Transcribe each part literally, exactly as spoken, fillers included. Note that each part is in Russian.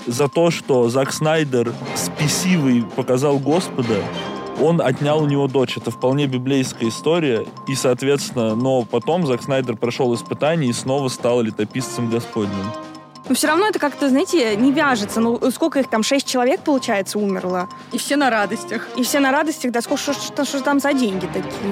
за то, что Зак Снайдер спесивый показал Господа, он отнял у него дочь. Это вполне библейская история. И, соответственно, но потом Зак Снайдер прошел испытание и снова стал летописцем Господним. Но все равно это как-то, знаете, не вяжется. Ну, сколько их там, шесть человек, получается, умерло? И все на радостях. И все на радостях, да, сколько, что, что, что там за деньги такие?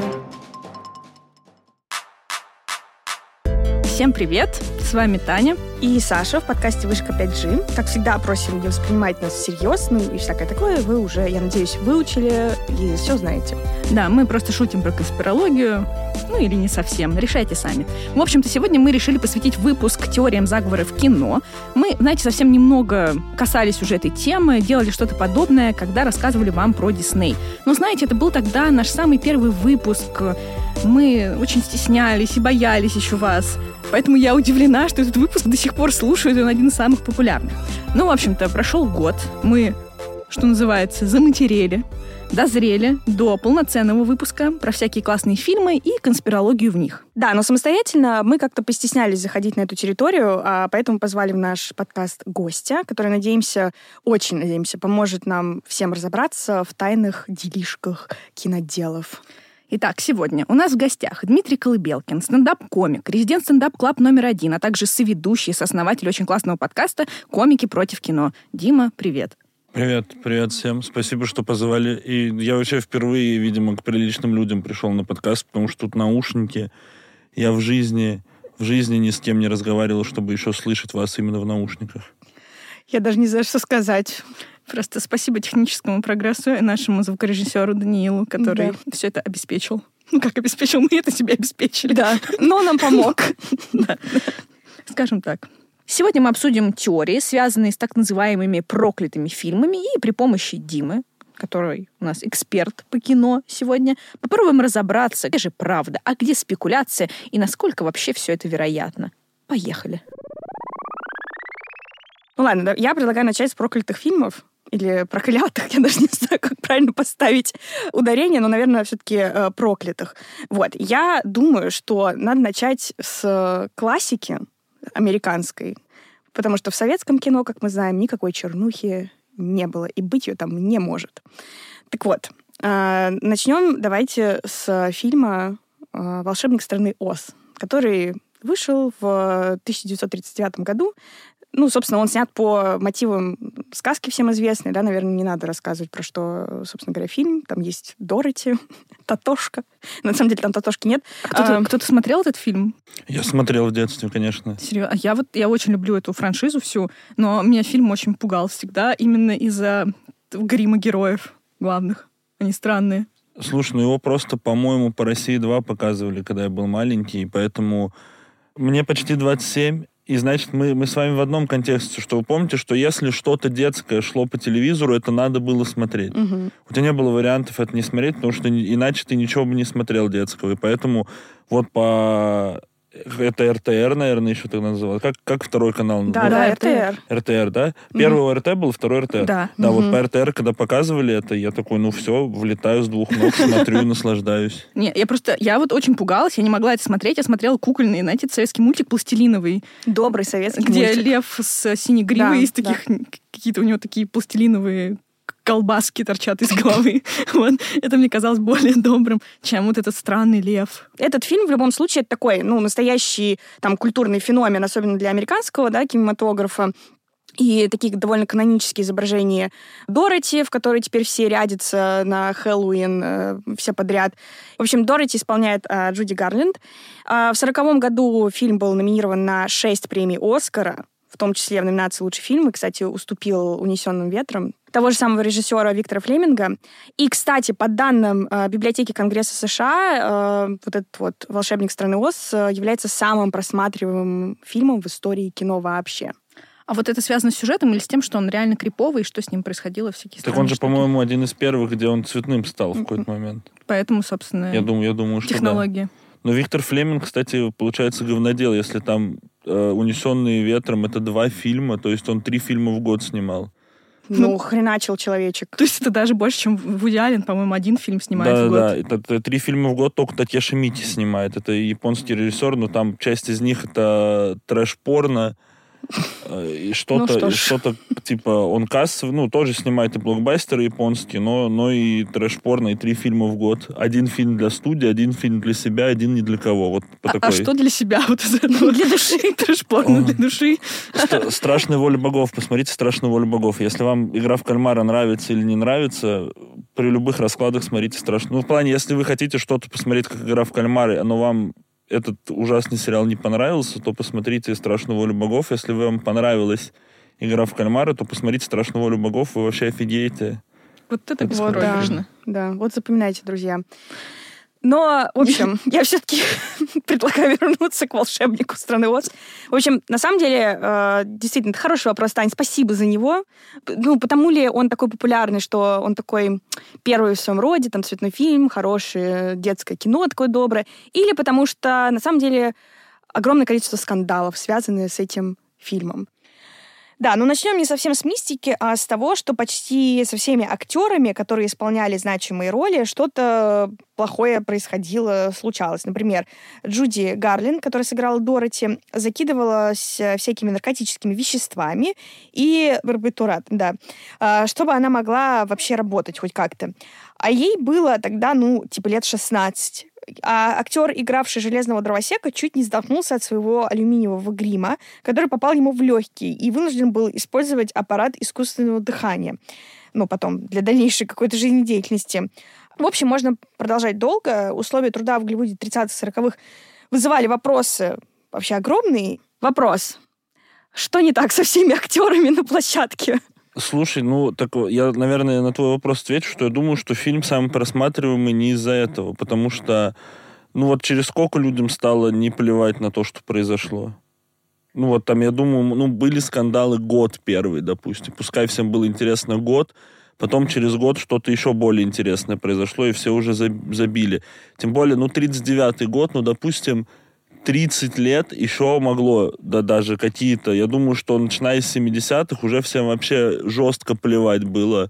Всем привет! С вами Таня и Саша в подкасте «Вышка пять джи». Как всегда, просим не воспринимать нас всерьез, ну и всякое такое. Вы уже, я надеюсь, выучили и все знаете. Да, мы просто шутим про конспирологию. Ну или не совсем, решайте сами. В общем-то, сегодня мы решили посвятить выпуск теориям заговора в кино. Мы, знаете, совсем немного касались уже этой темы, делали что-то подобное, когда рассказывали вам про Дисней. Но, знаете, это был тогда наш самый первый выпуск. Мы очень стеснялись и боялись еще вас. Поэтому я удивлена, что этот выпуск до сих пор слушают, и он один из самых популярных. Ну, в общем-то, прошел год. Мы, что называется, заматерели, дозрели до полноценного выпуска про всякие классные фильмы и конспирологию в них. Да, но самостоятельно мы как-то постеснялись заходить на эту территорию, а поэтому позвали в наш подкаст гостя, который, надеемся, очень надеемся, поможет нам всем разобраться в тайных делишках киноделов. Итак, сегодня у нас в гостях Дмитрий Колыбелкин, стендап-комик, резидент стендап-клаб номер один, а также соведущий, сооснователь очень классного подкаста «Комики против кино». Дима, привет. Привет, привет всем. Спасибо, что позвали. И я вообще впервые, видимо, к приличным людям пришел на подкаст, потому что тут наушники. Я в жизни, в жизни ни с кем не разговаривал, чтобы еще слышать вас именно в наушниках. Я даже не знаю, что сказать. Просто спасибо техническому прогрессу и нашему звукорежиссеру Даниилу, который да. все это обеспечил. Ну, как обеспечил, мы это себе обеспечили. Да, но нам помог. Скажем так. Сегодня мы обсудим теории, связанные с так называемыми проклятыми фильмами, и при помощи Димы, который у нас эксперт по кино сегодня, попробуем разобраться, где же правда, а где спекуляция, и насколько вообще все это вероятно. Поехали. Ну ладно, я предлагаю начать с проклятых фильмов. Или проклятых, я даже не знаю, как правильно поставить ударение, но, наверное, все-таки э, проклятых. Вот. Я думаю, что надо начать с классики американской, потому что в советском кино, как мы знаем, никакой чернухи не было, и быть ее там не может. Так вот, э, начнем давайте с фильма э, «Волшебник страны Оз», который вышел в тысяча девятьсот тридцать девятом году. Ну, собственно, он снят по мотивам сказки всем известной, да, наверное, не надо рассказывать про что, собственно говоря, фильм. Там есть Дороти, Тотошка. На самом деле там Тотошки нет. Кто-то, а, кто-то смотрел этот фильм? Я смотрел в детстве, конечно. Серьезно? Я вот я очень люблю эту франшизу всю, но меня фильм очень пугал всегда именно из-за грима героев главных. Они странные. Слушай, ну его просто, по-моему, по России два показывали, когда я был маленький, поэтому мне почти двадцать семь. И, значит, мы, мы с вами в одном контексте, что вы помните, что если что-то детское шло по телевизору, это надо было смотреть. Угу. У тебя не было вариантов это не смотреть, потому что иначе ты ничего бы не смотрел детского. И поэтому вот по... Это эр тэ эр, наверное, еще тогда называлось. Как, как второй канал назывался? Да, да, эр тэ эр. эр тэ эр, да? Первый угу. эр тэ был, второй эр тэ эр. Да. Да, угу. вот по эр тэ эр, когда показывали это, я такой, ну все, влетаю с двух ног, смотрю и наслаждаюсь. Не, я просто, я вот очень пугалась, я не могла это смотреть, я смотрела кукольный, знаете, советский мультик пластилиновый. Добрый советский где мультик. Где лев с синей гривой, да, из таких, да. какие-то у него такие пластилиновые колбаски торчат из головы. Вот. Это мне казалось более добрым, чем вот этот странный лев. Этот фильм в любом случае это такой, ну, настоящий там культурный феномен, особенно для американского, да, кинематографа. И такие довольно канонические изображения Дороти, в которой теперь все рядятся на Хэллоуин, э, все подряд. В общем, Дороти исполняет э, Джуди Гарленд. Э, в сороковом году фильм был номинирован на шесть премий «Оскара», в том числе в номинации «Лучший фильм», и, кстати, уступил «Унесенным ветром» того же самого режиссера Виктора Флеминга. И, кстати, по данным э, Библиотеки Конгресса США, э, вот этот вот «Волшебник страны Оз» э, является самым просматриваемым фильмом в истории кино вообще. А вот это связано с сюжетом или с тем, что он реально криповый, и что с ним происходило, всякие Так он же, штуки? по-моему, один из первых, где он цветным стал в какой-то момент. Поэтому, собственно, я думаю, я думаю, что технологии. Да. Но Виктор Флеминг, кстати, получается говнодел, если там э, «Унесенные ветром» — это два фильма, то есть он три фильма в год снимал. Ну, ну, хреначил человечек. То есть это даже больше, чем Вуди Аллен, по-моему, один фильм снимает да, в год. Да, да. Это, это три фильма в год только Такеши Мики снимает. Это японский режиссер, но там часть из них это трэш-порно, И что-то, Ну, что и ж. что-то типа он кассовый, ну, тоже снимает и блокбастеры японские, но, но и трэш-порно, и три фильма в год. Один фильм для студии, один фильм для себя, один ни для кого. Вот по А, такой... а что для себя вот из этого? Для души. Трэш-порно для души. Ст- Страшная воля богов. Посмотрите «Страшную волю богов». Если вам игра в кальмара нравится или не нравится, при любых раскладах смотрите «Страшную». Ну, в плане, если вы хотите что-то посмотреть, как игра в кальмары, но вам этот ужасный сериал не понравился, то посмотрите «Страшную волю богов». Если вам понравилась игра в кальмары, то посмотрите «Страшную волю богов». Вы вообще офигеете. Вот это Вот, беспроигрышно. да, вот запоминайте, друзья. Но, в общем, я все-таки предлагаю вернуться к волшебнику страны Оз. В общем, на самом деле, э, действительно, это хороший вопрос, Тань, спасибо за него. Ну, потому ли он такой популярный, что он такой первый в своем роде, там, цветной фильм, хорошее детское кино такое доброе, или потому что, на самом деле, огромное количество скандалов, связанные с этим фильмом. Да, ну начнем не совсем с мистики, а с того, что почти со всеми актерами, которые исполняли значимые роли, что-то плохое происходило, случалось. Например, Джуди Гарлин, которая сыграла Дороти, закидывалась всякими наркотическими веществами и барбитуратом, да, чтобы она могла вообще работать хоть как-то. А ей было тогда, ну, типа лет шестнадцать. А актер, игравший Железного Дровосека, чуть не задохнулся от своего алюминиевого грима, который попал ему в легкие, и вынужден был использовать аппарат искусственного дыхания. Ну, потом, для дальнейшей какой-то жизнедеятельности. В общем, можно продолжать долго. Условия труда в Голливуде тридцатых-сороковых вызывали вопросы вообще огромные. Вопрос. Что не так со всеми актерами на площадке? Слушай, ну, так я, наверное, на твой вопрос отвечу, что я думаю, что фильм самый просматриваемый не из-за этого, потому что, ну, вот через сколько людям стало не плевать на то, что произошло? Ну, вот там, я думаю, ну, были скандалы год первый, допустим. Пускай всем было интересно год, потом через год что-то еще более интересное произошло, и все уже забили. Тем более, ну, тридцать девятый год, ну, допустим, тридцать лет еще могло, да даже какие-то, я думаю, что начиная с семидесятых уже всем вообще жестко плевать было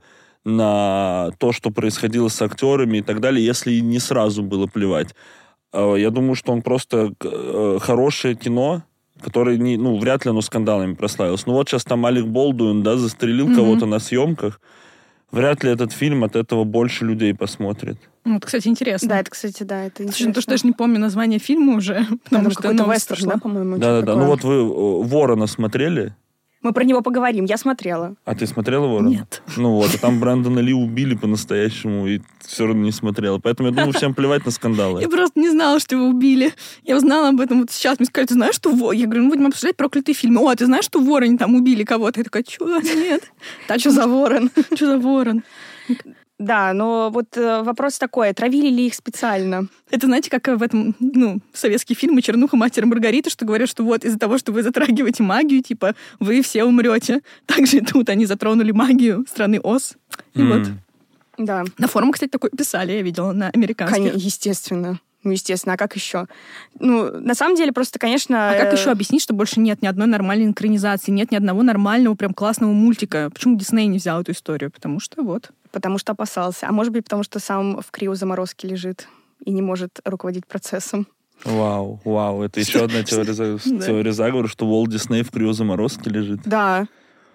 на то, что происходило с актерами и так далее, если и не сразу было плевать. Я думаю, что он просто хорошее кино, которое, не, ну, вряд ли оно скандалами прославилось. Ну вот сейчас там Алек Болдуин, да, застрелил mm-hmm. кого-то на съемках. Вряд ли этот фильм от этого больше людей посмотрит. Ну, это, кстати, интересно. Да, это, кстати, да, это интересно. Слушай, то, что я же не помню название фильма уже, потому да, что какой-то новость вестерн, да, по-моему? Да-да-да. Ну вот вы «Ворона» смотрели? Мы про него поговорим. Я смотрела. А ты смотрела «Ворона»? Нет. Ну вот, а там Брэндона Ли убили по-настоящему, и все равно не смотрела. Поэтому я думаю, всем плевать на скандалы. Я просто не знала, что его убили. Я узнала об этом вот сейчас. Мне сказали, ты знаешь, что Вор... Я говорю, ну будем обсуждать проклятые фильмы. О, а ты знаешь, что в «Вороне» там убили кого-то? Я такая, что? Нет. Что за ворон? Что за ворон? Да, но вот э, вопрос такой, травили ли их специально? Это, знаете, как в этом, ну, советские фильмы «Чернуха, мастер и Маргарита», что говорят, что вот из-за того, что вы затрагиваете магию, типа, вы все умрете. Также и тут они затронули магию страны Оз. И mm. вот. Да. На форумах, кстати, такое писали, я видела, на американских. Конечно, естественно. Ну, естественно, а как еще? Ну, на самом деле, просто, конечно... А как еще объяснить, что больше нет ни одной нормальной экранизации, нет ни одного нормального, прям классного мультика? Почему Дисней не взял эту историю? Потому что вот. Потому что опасался. А может быть, потому что сам в криозаморозке лежит и не может руководить процессом. Вау, вау. Это еще одна теория заговора, что Уолт Дисней в криозаморозке лежит. Да.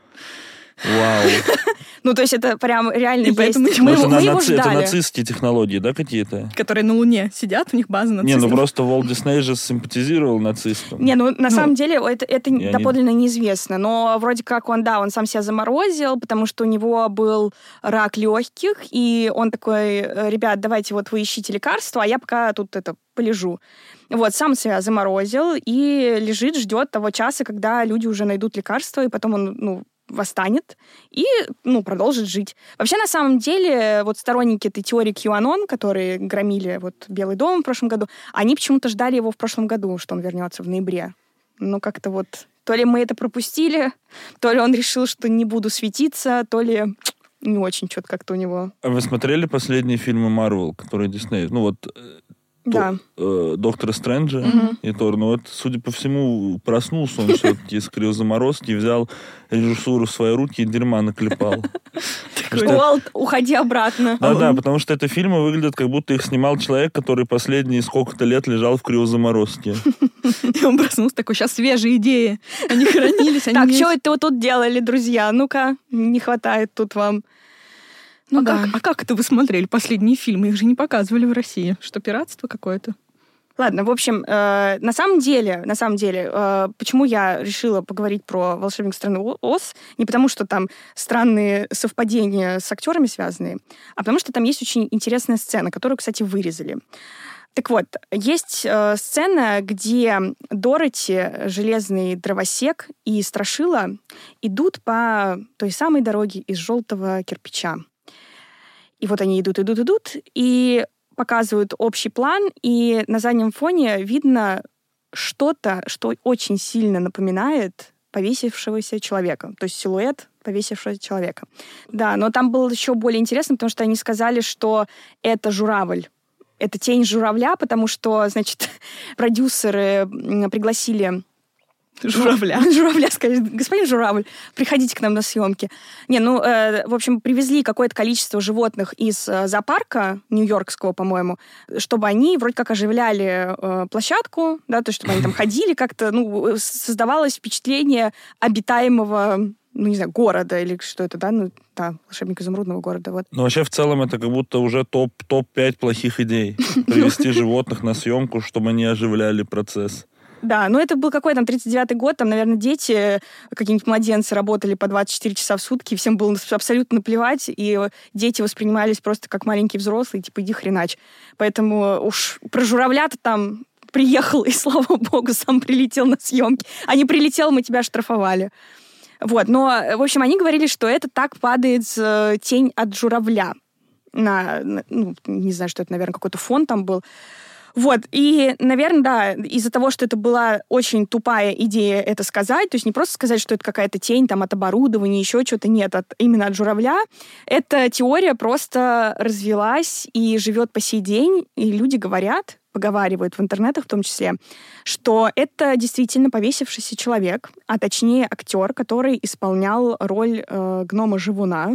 Вау. Ну, то есть это прям реально есть. Поэтому мы, это, мы на, его наци... это ждали. нацистские технологии, да, какие-то? Которые на Луне сидят, у них база нацистов. Не, ну просто Уолт Дисней же симпатизировал нацистам. Не, ну на ну, самом деле это, это Я доподлинно не... неизвестно. Но вроде как он, да, он сам себя заморозил, потому что у него был рак легких, и он такой, ребят, давайте вот вы ищите лекарства, а я пока тут это полежу. Вот, сам себя заморозил и лежит, ждет того часа, когда люди уже найдут лекарства, и потом он, ну, восстанет и, ну, продолжит жить. Вообще, на самом деле, вот сторонники этой теории QAnon, которые громили вот Белый дом в прошлом году, они почему-то ждали его в прошлом году, что он вернется в ноябре. Ну, как-то вот то ли мы это пропустили, то ли он решил, что не буду светиться, то ли не очень что-то как-то у него. А вы смотрели последние фильмы Marvel, которые Дисней? Ну, вот Да. То, э, Доктора Стрэнджа Мгм. и Тор. Но вот, судя по всему, проснулся он все-таки из криозаморозки, взял режиссуру в свои руки и дерьма наклепал. Потому что- Уолт, уходи обратно. Да-да, потому что это фильмы выглядят, как будто их снимал человек, который последние сколько-то лет лежал в криозаморозке. И он проснулся такой, сейчас свежие идеи. Они хранились, они Так, есть. что это вы тут делали, друзья? Ну-ка, не хватает тут вам. Ну а, да. как, а как это вы смотрели последние фильмы? Их же не показывали в России. Что, пиратство какое-то? Ладно, в общем, э, на самом деле, на самом деле, э, почему я решила поговорить про «Волшебник страны О- Оз», не потому что там странные совпадения с актерами связаны, а потому что там есть очень интересная сцена, которую, кстати, вырезали. Так вот, есть э, сцена, где Дороти, железный дровосек и Страшила идут по той самой дороге из желтого кирпича. И вот они идут, идут, идут, и показывают общий план, и на заднем фоне видно что-то, что очень сильно напоминает повесившегося человека, то есть силуэт повесившегося человека. Да, но там было еще более интересно, потому что они сказали, что это журавль. Это тень журавля, потому что, значит, продюсеры м, пригласили Журавля. Журавля, сказали, господин Журавль, приходите к нам на съемки. Не, ну, э, в общем, привезли какое-то количество животных из э, зоопарка нью-йоркского, по-моему, чтобы они вроде как оживляли э, площадку, да, то есть чтобы они там ходили как-то, ну, создавалось впечатление обитаемого, ну, не знаю, города или что это, да, ну, да, волшебник изумрудного города, вот. Но вообще в целом это как будто уже топ, топ-пять плохих идей. Привести животных на съемку, чтобы они оживляли процесс. Да, ну это был какой там тридцать девятый год, там, наверное, дети, какие-нибудь младенцы работали по двадцать четыре часа в сутки, всем было абсолютно наплевать, и дети воспринимались просто как маленькие взрослые, типа, иди хренач. Поэтому уж про журавля-то там приехал, и, слава богу, сам прилетел на съемки. А не прилетел, мы тебя штрафовали. Вот, но, в общем, они говорили, что это так падает э, тень от журавля. На, на, ну, не знаю, что это, наверное, какой-то фон там был. Вот, и, наверное, да, из-за того, что это была очень тупая идея это сказать, то есть не просто сказать, что это какая-то тень там от оборудования, еще что-то, нет, от, именно от журавля, эта теория просто развилась и живет по сей день, и люди говорят, поговаривают в интернетах в том числе, что это действительно повесившийся человек, а точнее актер, который исполнял роль э, гнома-живуна.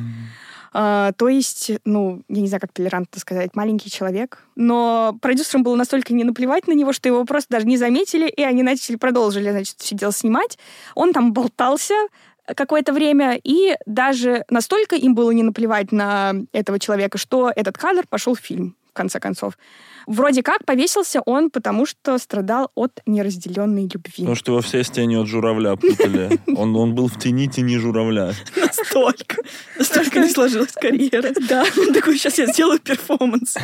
Uh, то есть, ну, я не знаю, как толерантно сказать, маленький человек. Но продюсерам было настолько не наплевать на него, что его просто даже не заметили, и они начали, продолжили, значит, все дело снимать. Он там болтался какое-то время, и даже настолько им было не наплевать на этого человека, что этот кадр пошел в фильм, в конце концов. Вроде как повесился он, потому что страдал от неразделенной любви. Потому что его все с тенью от журавля путали. Он, он был в тени тени журавля. Настолько. Настолько не сложилась карьера. Да. Он такой, сейчас я сделаю перформанс.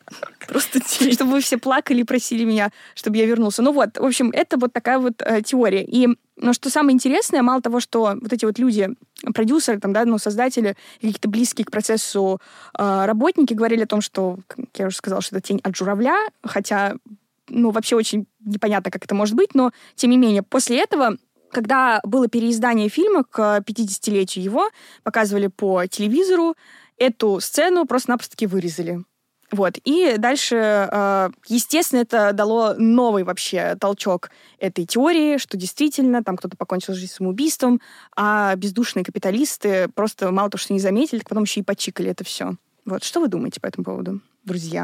Просто тень. Чтобы вы все плакали и просили меня, чтобы я вернулся. Ну вот, в общем, это вот такая вот э, теория. И, ну, что самое интересное, мало того, что вот эти вот люди, продюсеры, там, да, ну, создатели, какие-то близкие к процессу э, работники говорили о том, что, как я уже сказала, что это тень от журавля, хотя, ну, вообще очень непонятно, как это может быть, но, тем не менее, после этого, когда было переиздание фильма к пятидесятилетию его, показывали по телевизору, эту сцену просто-напросто вырезали. Вот. И дальше, естественно, это дало новый вообще толчок этой теории, что действительно там кто-то покончил жизнь самоубийством, а бездушные капиталисты просто мало того, что не заметили, так потом еще и почикали это все. Вот. Что вы думаете по этому поводу, друзья?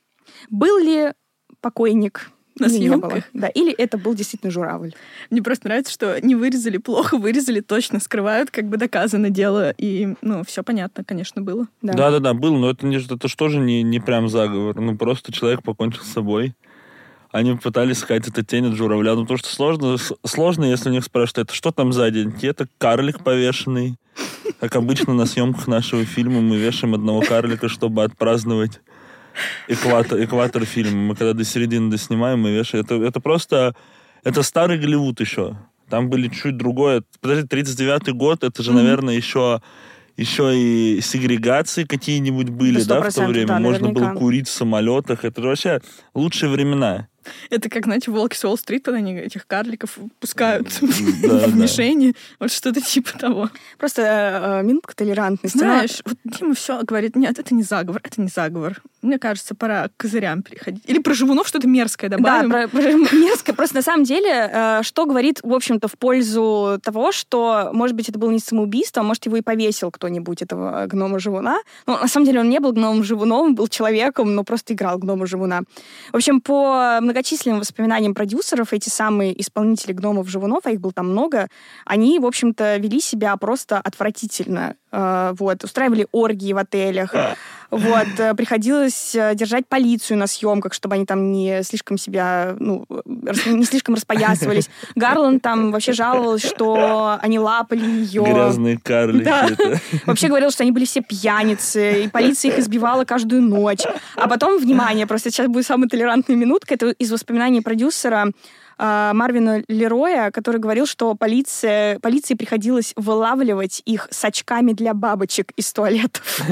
Был ли покойник на или не было? съемках? Да, или это был действительно журавль? Мне просто нравится, что не вырезали плохо, вырезали точно, скрывают, как бы доказано дело. И, ну, все понятно, конечно, было. Да. Да-да-да, был, но это, не, это ж тоже не, не прям заговор. Ну, просто человек покончил с собой. Они пытались сказать, это тень от журавля. Ну, потому что сложно, сложно, если у них спрашивают, это что там сзади? Это карлик повешенный. Как обычно на съемках нашего фильма мы вешаем одного карлика, чтобы отпраздновать экватор, экватор фильма. Мы когда до середины доснимаем, мы вешаем. Это, это просто... Это старый Голливуд еще. Там были чуть другое. Подожди, тридцать девятый год, это же, mm-hmm. наверное, еще, еще и сегрегации какие-нибудь были, да, в то время. Да, можно наверняка. было курить в самолетах. Это же вообще лучшие времена. Это как, знаете, «Волки с Уолл-стрит», когда они этих карликов пускают в мишени. Вот что-то типа того. Просто минутка толерантности. Знаешь, вот Дима все говорит, нет, это не заговор, это не заговор. Мне кажется, пора к козырям переходить. Или про живунов что-то мерзкое добавим. Да, про мерзкое. Просто на самом деле, что говорит, в общем-то, в пользу того, что, может быть, это было не самоубийство, а может, его и повесил кто-нибудь, этого гнома-живуна. Ну, на самом деле, он не был гномом-живуном, он был человеком, но просто играл гнома-живуна. В общем, по многочисленным воспоминаниям продюсеров, эти самые исполнители гномов-живунов, а их было там много, они, в общем-то, вели себя просто отвратительно. Вот, устраивали оргии в отелях. Вот, приходилось держать полицию на съемках, чтобы они там не слишком себя, ну, не слишком распоясывались. Гарланд там вообще жаловалась, что они лапали ее. Грязные карлики. Да. Вообще говорил, что они были все пьяницы, и полиция их избивала каждую ночь. А потом, внимание, просто сейчас будет самая толерантная минутка, это из воспоминаний продюсера Марвина Лероя, который говорил, что полиция, полиции приходилось вылавливать их с очками для бабочек из туалетов.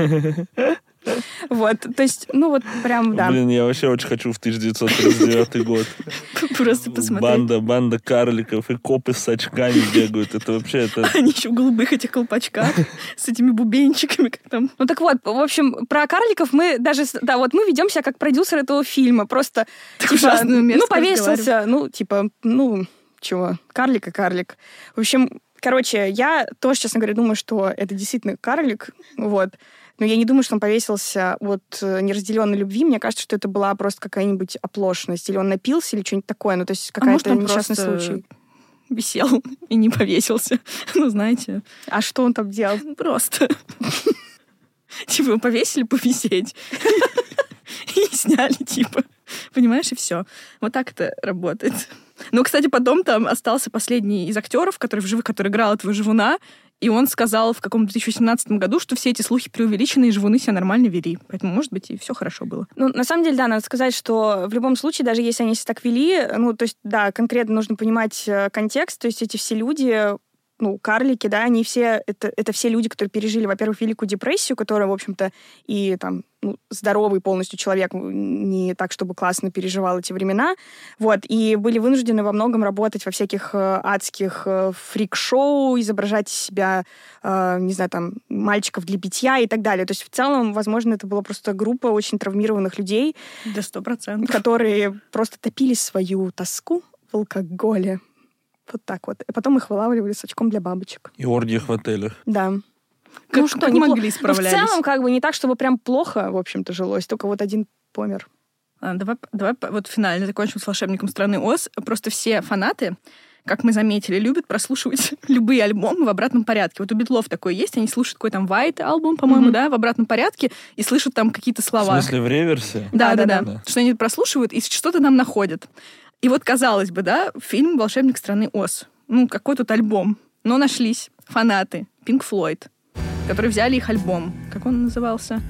Вот, то есть, ну вот прям, да. Блин, я вообще очень хочу в тысяча девятьсот тридцать девятый год. Просто посмотреть. Банда, банда карликов и копы с очками бегают. Это вообще... это. Они еще в голубых этих колпачках с этими бубенчиками, как там. Ну так вот, в общем, про карликов мы даже... Да, вот мы ведем себя как продюсер этого фильма. Просто, так типа, ну, повесился, ну, типа, ну, чего, карлик и карлик. В общем, короче, я тоже, честно говоря, думаю, что это действительно карлик, вот. Но я не думаю, что он повесился от неразделенной любви. Мне кажется, что это была просто какая-нибудь оплошность. Или он напился, или что-нибудь такое. Ну, то есть какая-то а несчастный случай. Висел и не повесился. Ну, знаете. А что он там делал? Просто. Типа, повесили повисеть. И сняли, типа. Понимаешь, и все. Вот так это работает. Ну, кстати, потом там остался последний из актеров, который в живых, который играл этого живуна, и он сказал в каком-то две тысячи восемнадцатом году, что все эти слухи преувеличены, и живуны себя нормально вели. Поэтому, может быть, и все хорошо было. Ну, на самом деле, да, надо сказать, что в любом случае, даже если они себя так вели, ну, то есть, да, конкретно нужно понимать контекст, то есть эти все люди... ну, карлики, да, они все, это, это все люди, которые пережили, во-первых, Великую депрессию, которая, в общем-то, и там, ну, здоровый полностью человек не так, чтобы классно переживал эти времена, вот, и были вынуждены во многом работать во всяких э, адских э, фрик-шоу, изображать из себя, э, не знаю, там, мальчиков для питья и так далее. То есть, в целом, возможно, это была просто группа очень травмированных людей, да, сто процентов, которые просто топили свою тоску в алкоголе. Вот так вот. И потом их вылавливали с очком для бабочек. И оргиях в отелях. Да. Как, ну что, как могли справлялись? Ну, в целом, как бы не так, чтобы прям плохо, в общем-то, жилось. Только вот один помер. А, давай, давай вот финально закончим с «Волшебником страны Оз». Просто все фанаты, как мы заметили, любят прослушивать любые альбомы в обратном порядке. Вот у Битлов такое есть, они слушают какой там White альбом, по-моему, mm-hmm. да, в обратном порядке, и слышат там какие-то слова. В смысле, в реверсе? Да, да, да. да. Что они прослушивают и что-то там находят. И вот, казалось бы, да, фильм «Волшебник страны Оз». Ну, какой тут альбом? Но нашлись фанаты Pink Floyd, которые взяли их альбом. Как он назывался?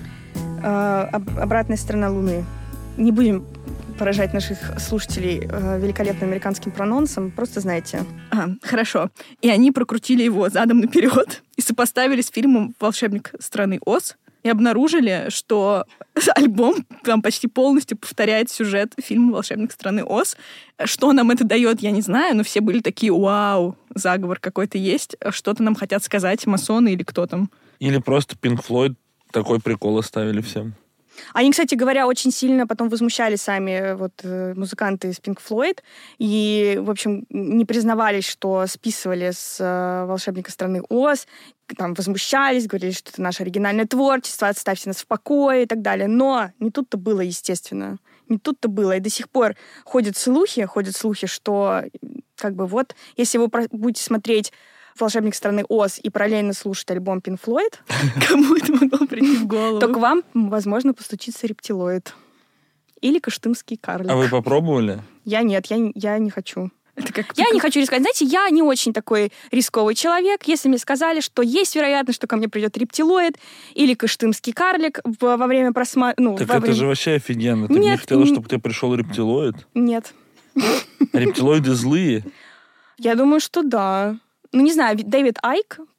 А, «Обратная сторона Луны». Не будем поражать наших слушателей э, великолепным американским прононсом, просто знаете. А, хорошо. И они прокрутили его задом наперед и сопоставили с фильмом «Волшебник страны Оз», и обнаружили, что альбом там почти полностью повторяет сюжет фильма «Волшебник страны Оз». Что нам это дает, я не знаю, но все были такие: вау, заговор какой-то есть, что-то нам хотят сказать масоны или кто там. Или просто Pink Floyd такой прикол оставили всем. Они, кстати говоря, очень сильно потом возмущались сами вот, музыканты из Pink Floyd и, в общем, не признавались, что списывали с э, «Волшебника страны Оз», там возмущались, говорили, что это наше оригинальное творчество, отставьте нас в покое и так далее. Но не тут-то было, естественно. Не тут-то было. И до сих пор ходят слухи, ходят слухи, что как бы вот, если вы будете смотреть «Волшебник страны Оз» и параллельно слушать альбом Pink Floyd, кому это могло прийти в голову? То к вам, возможно, постучится рептилоид. Или кыштымский карлик. А вы попробовали? Я нет, я, я не хочу. Это как... Я не хочу рисковать. Знаете, я не очень такой рисковый человек. Если мне сказали, что есть вероятность, что ко мне придет рептилоид или кыштымский карлик во время просмотра... Ну, так во это время... же вообще офигенно. Ты нет, не хотела, н... чтобы к тебе пришел рептилоид? Нет. Рептилоиды злые? Я думаю, что да. Ну, не знаю, Дэвид Айк,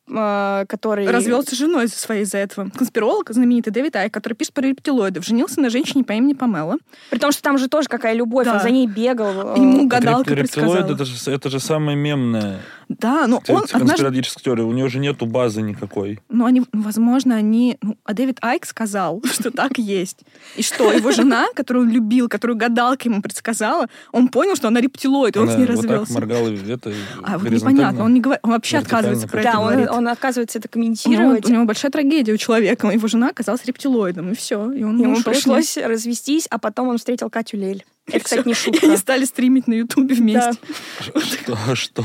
э, который... Развелся с женой за своей из-за этого. Конспиролог, знаменитый Дэвид Айк, который пишет про рептилоидов, женился на женщине по имени Памела. При том, что там же тоже какая любовь, Да. он за ней бегал. Ему э, гадалка Рептилоид предсказала. это же, это же самое мемное. Да, но он однажды... Конспиратическая теория. У него же нету базы никакой. Ну, они, возможно, они... Ну, а Дэвид Айк сказал, что так есть. И что его жена, которую он любил, которую гадалка ему предсказала, он понял, что она рептилоид, и он Она с ней вот развелся. так моргала это А вот горизонтально. непонятно, он, не говор... он вообще Вертикально. отказывается про это Да, он, говорить. он отказывается это У него, комментировать. у него большая трагедия у человека. Его жена оказалась рептилоидом, и все. И он Ему ушел с ней. пришлось развестись, а потом он встретил Катю Лель. И Это, кстати, всё. не И шутка. они стали стримить на Ютубе вместе. Что? Что?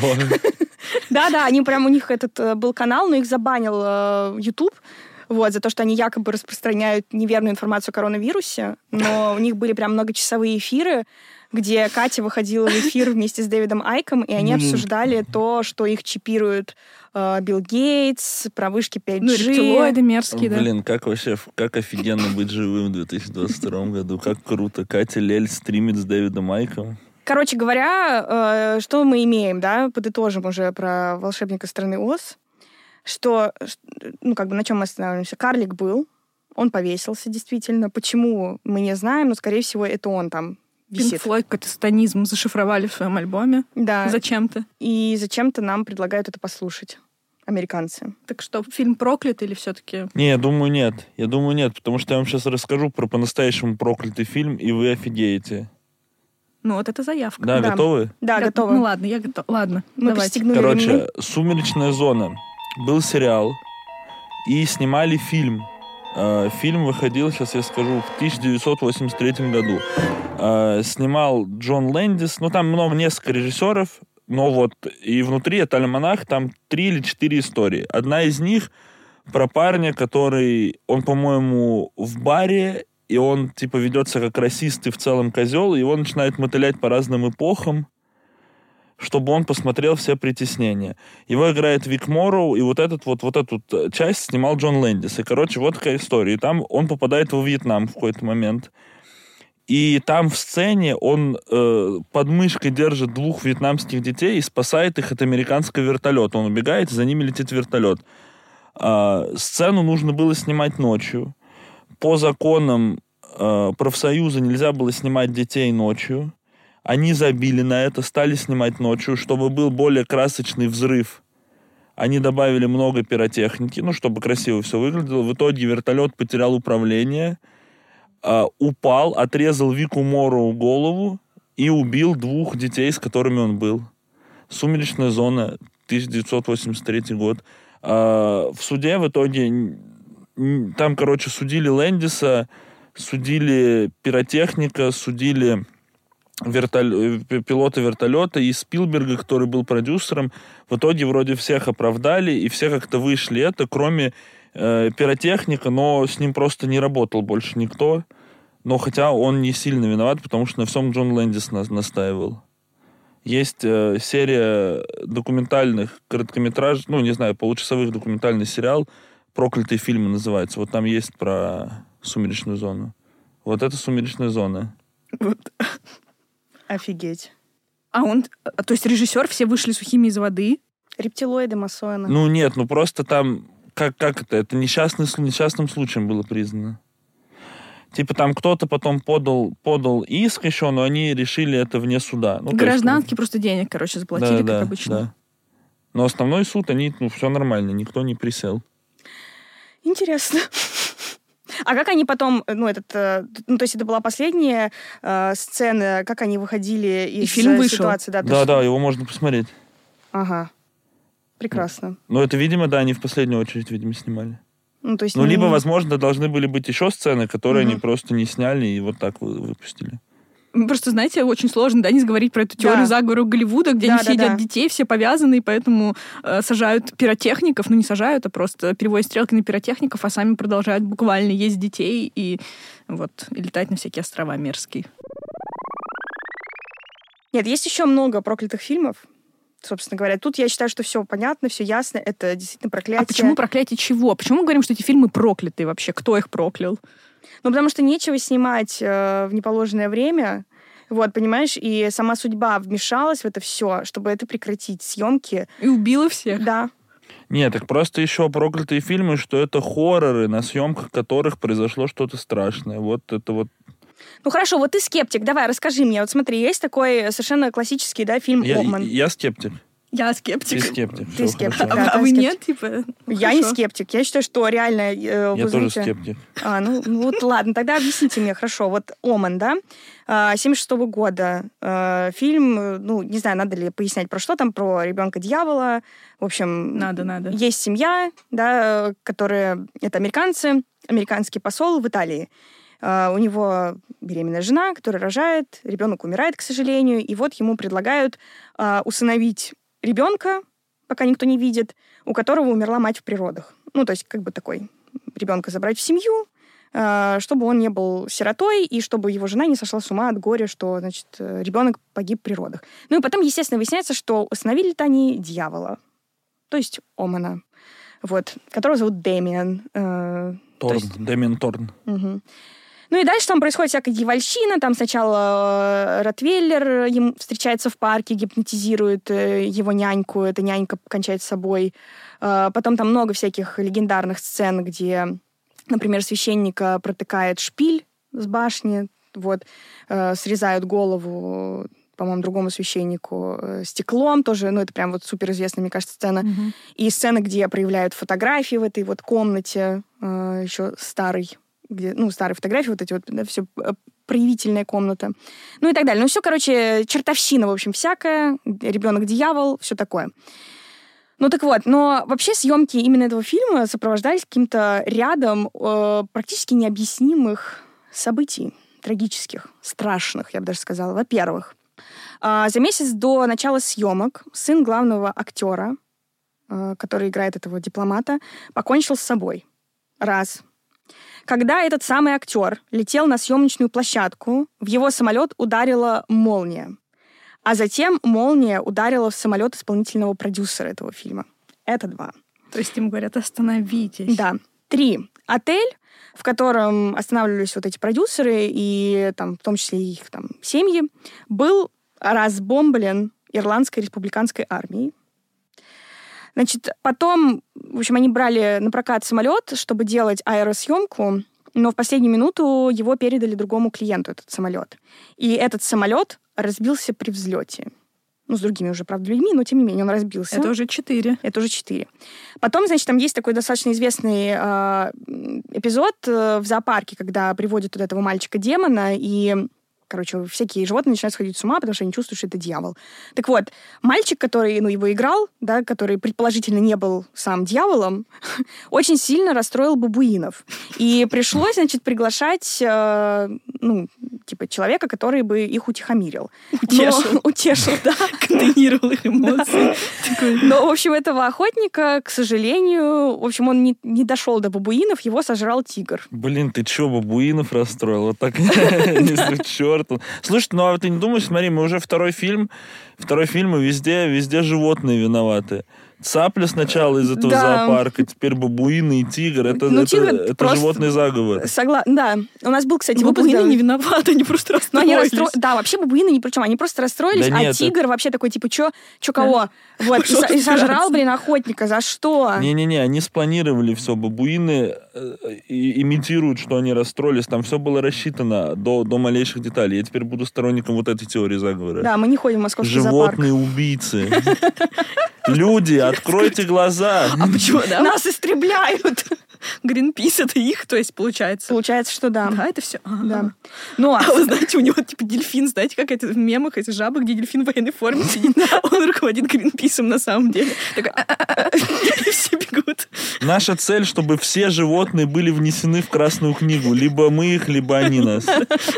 Да-да, они прям, у них этот э, был канал, но их забанил э, YouTube, вот, за то, что они якобы распространяют неверную информацию о коронавирусе, но у них были прям многочасовые эфиры, где Катя выходила в эфир вместе с Дэвидом Айком, и они Блин. обсуждали то, что их чипируют э, Билл Гейтс, про вышки пять Ну, джи. рептилоиды мерзкие, да. Блин, как вообще, как офигенно быть живым в две тысячи двадцать втором году. Как круто. Катя Лель стримит с Дэвидом Айком. Короче говоря, э, что мы имеем, да, подытожим уже про волшебника страны Оз, что, ну, как бы на чем мы останавливаемся? Карлик был, он повесился действительно. Почему, мы не знаем, но, скорее всего, это он там Пинк висит. Флойд какой-то сатанизм зашифровали в своем альбоме. Да. Зачем-то. И зачем-то нам предлагают это послушать, американцы. Так что, фильм проклят или все-таки... Не, я думаю, нет. Я думаю, нет, потому что я вам сейчас расскажу про по-настоящему проклятый фильм, и вы офигеете. Ну, вот это заявка. Да, Да. готовы? Да, Я- готово. Ну, ладно, я готова. Ладно, Мы давайте. пристегнули ремни. Короче, «Сумеречная зона». Был сериал, и снимали фильм. Э, Фильм выходил, сейчас я скажу, в тысяча девятьсот восемьдесят третьем году. Э, Снимал Джон Лэндис. Ну, там много, несколько режиссеров, но вот и внутри это альманах, там три или четыре истории. Одна из них про парня, который, он, по-моему, в баре, и он, типа, ведется как расист и в целом козел, и его начинает мотылять по разным эпохам, чтобы он посмотрел все притеснения. Его играет Вик Морроу, и вот, этот, вот, вот эту часть снимал Джон Лэндис. И, короче, вот такая история. И там он попадает во Вьетнам в какой-то момент. И там в сцене он э, под мышкой держит двух вьетнамских детей и спасает их от американского вертолета. Он убегает, и за ними летит вертолет. А, сцену нужно было снимать ночью. По законам э, профсоюза нельзя было снимать детей ночью. Они забили на это, стали снимать ночью, чтобы был более красочный взрыв. Они добавили много пиротехники, ну, чтобы красиво все выглядело. В итоге вертолет потерял управление, э, упал, отрезал Вику Морроу голову и убил двух детей, с которыми он был. «Сумеречная зона», тысяча девятьсот восемьдесят третий год. Э, в суде в итоге... Там, короче, судили Лэндиса, судили пиротехника, судили вертол... пилота вертолета и Спилберга, который был продюсером. В итоге вроде всех оправдали, и все как-то вышли это, кроме э, пиротехника, но с ним просто не работал больше никто. Но хотя он не сильно виноват, потому что на всем Джон Лэндис на... настаивал. Есть э, серия документальных короткометражных, ну, не знаю, получасовых документальный сериал «Проклятые фильмы» называется. Вот там есть про «Сумеречную зону». Вот это «Сумеречная зона». Вот. Офигеть. А он... а, То есть режиссер, все вышли сухими из воды? Рептилоиды масоны. Ну, нет, ну просто там... Как, как это? Это несчастный, несчастным случаем было признано. Типа там кто-то потом подал, подал иск еще, но они решили это вне суда. Ну, Гражданки есть, просто денег, короче, заплатили, да, как да, обычно. Да. Но основной суд, они, ну, все нормально, никто не присел. Интересно. А как они потом, ну, этот, э, ну, то есть это была последняя э, сцена, как они выходили из фильм э, вышел. ситуации? Да, то Да, есть- да, его можно посмотреть. Ага. Прекрасно. Но это, видимо, да, они в последнюю очередь, видимо, снимали. Ну, то есть... Ну, не- либо, возможно, должны были быть еще сцены, которые Мгм. они просто не сняли и вот так вы- выпустили. Просто, знаете, очень сложно, да, не говорить про эту теорию Да. заговора Голливуда, где Да, они все да, едят да. детей, все повязаны, и поэтому э, сажают пиротехников, ну не сажают, а просто переводят стрелки на пиротехников, а сами продолжают буквально есть детей и вот и летать на всякие острова мерзкие. Нет, есть еще много проклятых фильмов, собственно говоря. Тут я считаю, что все понятно, все ясно. Это действительно проклятие. А почему проклятие чего? Почему мы говорим, что эти фильмы проклятые вообще? Кто их проклял? Ну, потому что нечего снимать э, в неположенное время. Вот, понимаешь? И сама судьба вмешалась в это все, чтобы это прекратить. Съемки. И убила всех. Да. Нет, так просто еще проклятые фильмы, что это хорроры, на съемках которых произошло что-то страшное. Вот это вот... Ну хорошо, вот ты скептик, давай, расскажи мне. Вот смотри, есть такой совершенно классический, да, фильм Я, «Омен». я скептик. Я скептик. Ты скептик. Ты Всё скептик, хорошо. да. А, а вы скептик. нет, типа? Я Хорошо. не скептик. Я считаю, что реально... э, Я вы тоже знаете- скептик. А, ну, ну вот ладно, тогда объясните мне, хорошо. Вот «Омен», да, а, семьдесят шестого года. а, Фильм, э, ну, не знаю, надо ли пояснять, про что там, про ребенка-дьявола. В общем, Надо, надо. есть семья, да, которая... Это американцы, американский посол в Италии. А, У него беременная жена, которая рожает, ребенок умирает, к сожалению, и вот ему предлагают а, усыновить ребенка, пока никто не видит, у которого умерла мать в природах. Ну, то есть, как бы такой ребенка забрать в семью, а, чтобы он не был сиротой, и чтобы его жена не сошла с ума от горя, что, значит, ребенок погиб в природах. Ну, и потом, естественно, выясняется, что усыновили-то они дьявола, то есть Омена, вот, которого зовут Дэмиан. э, то Торн, есть- Дэмиан Торн. Мгм. Ну и дальше там происходит всякая дьявольщина. Там сначала э, Ротвейлер ему встречается в парке, гипнотизирует э, его няньку. Эта нянька кончает с собой. Э, потом там много всяких легендарных сцен, где, например, священника протыкает шпиль с башни, вот, э, срезают голову, по-моему, другому священнику э, стеклом тоже. Ну, это прям вот суперизвестная, мне кажется, сцена. Мгм. И сцены, где проявляют фотографии в этой вот комнате, э, еще старой, где, ну, старые фотографии, вот эти вот, да, все проявительная комната. Ну и так далее. Ну, все, короче, чертовщина, в общем, всякая. Ребенок-дьявол, все такое. Ну так вот, но вообще съемки именно этого фильма сопровождались каким-то рядом э, практически необъяснимых событий, трагических, страшных, я бы даже сказала. Во-первых, э, за месяц до начала съемок сын главного актера, э, который играет этого дипломата, покончил с собой. Раз. Когда этот самый актер летел на съемочную площадку, в его самолет ударила молния. А затем молния ударила в самолет исполнительного продюсера этого фильма. Это два. То есть им говорят, остановитесь. Да. Три. Отель, в котором останавливались вот эти продюсеры, и там, в том числе и их там, семьи, был разбомблен Ирландской республиканской армией. Значит, потом, в общем, они брали на прокат самолет, чтобы делать аэросъемку, но в последнюю минуту его передали другому клиенту, этот самолет. И этот самолет разбился при взлете. Ну, с другими уже, правда, людьми, но тем не менее он разбился. Это уже четыре. Это уже четыре. Потом, значит, там есть такой достаточно известный э, эпизод э, в зоопарке, когда приводят туда этого мальчика-демона, и, короче, всякие животные начинают сходить с ума, потому что они чувствуют, что это дьявол. Так вот, мальчик, который, ну, его играл, да, который предположительно не был сам дьяволом, очень сильно расстроил бабуинов. И пришлось, значит, приглашать, э, ну, типа, человека, который бы их утихомирил. Утешил. Но- утешил, да. Контейнировал их эмоции. Такой, Но, в общем, этого охотника, к сожалению, в общем, он не, не дошел до бабуинов, его сожрал тигр. Блин, ты чё, бабуинов расстроил? Вот так, не к черту. Слушай, ну а ты не думаешь, смотри, мы уже второй фильм, второй фильм, и везде, везде животные виноваты. Цапля сначала из этого Да. зоопарка, теперь бабуины и тигр. Это, Ну, это, тигр это просто- животный заговор. Согласна, да. У нас был, кстати, выпуск... бабуины да. не виноваты, они просто Но расстроились. они расстро... Да, вообще бабуины ни при чем. Они просто расстроились, Да а нет, тигр вообще такой, типа, чё, чё кого? Вот, и, Пошел со- и сожрал, разбираться. блин, охотника. За что? Не-не-не, они спланировали все. Бабуины э, и- имитируют, что они расстроились. Там все было рассчитано до, до малейших деталей. Я теперь буду сторонником вот этой теории заговора. Да, мы не ходим в московский зоопарк. Животные убийцы. Люди, откройте глаза. А почему, да? Нас истребляют. Гринпис это их, то есть, получается. Получается, что да. Да, это все. Да. Ну, а А вы знаете, у него типа дельфин, знаете, как это в мемах, эти жабы, где дельфин в военной форме сидит, он руководит Гринписом на самом деле. Такой, «А-а-а-а». И все бегут. Наша цель, чтобы все животные были внесены в Красную книгу. Либо мы их, либо они нас.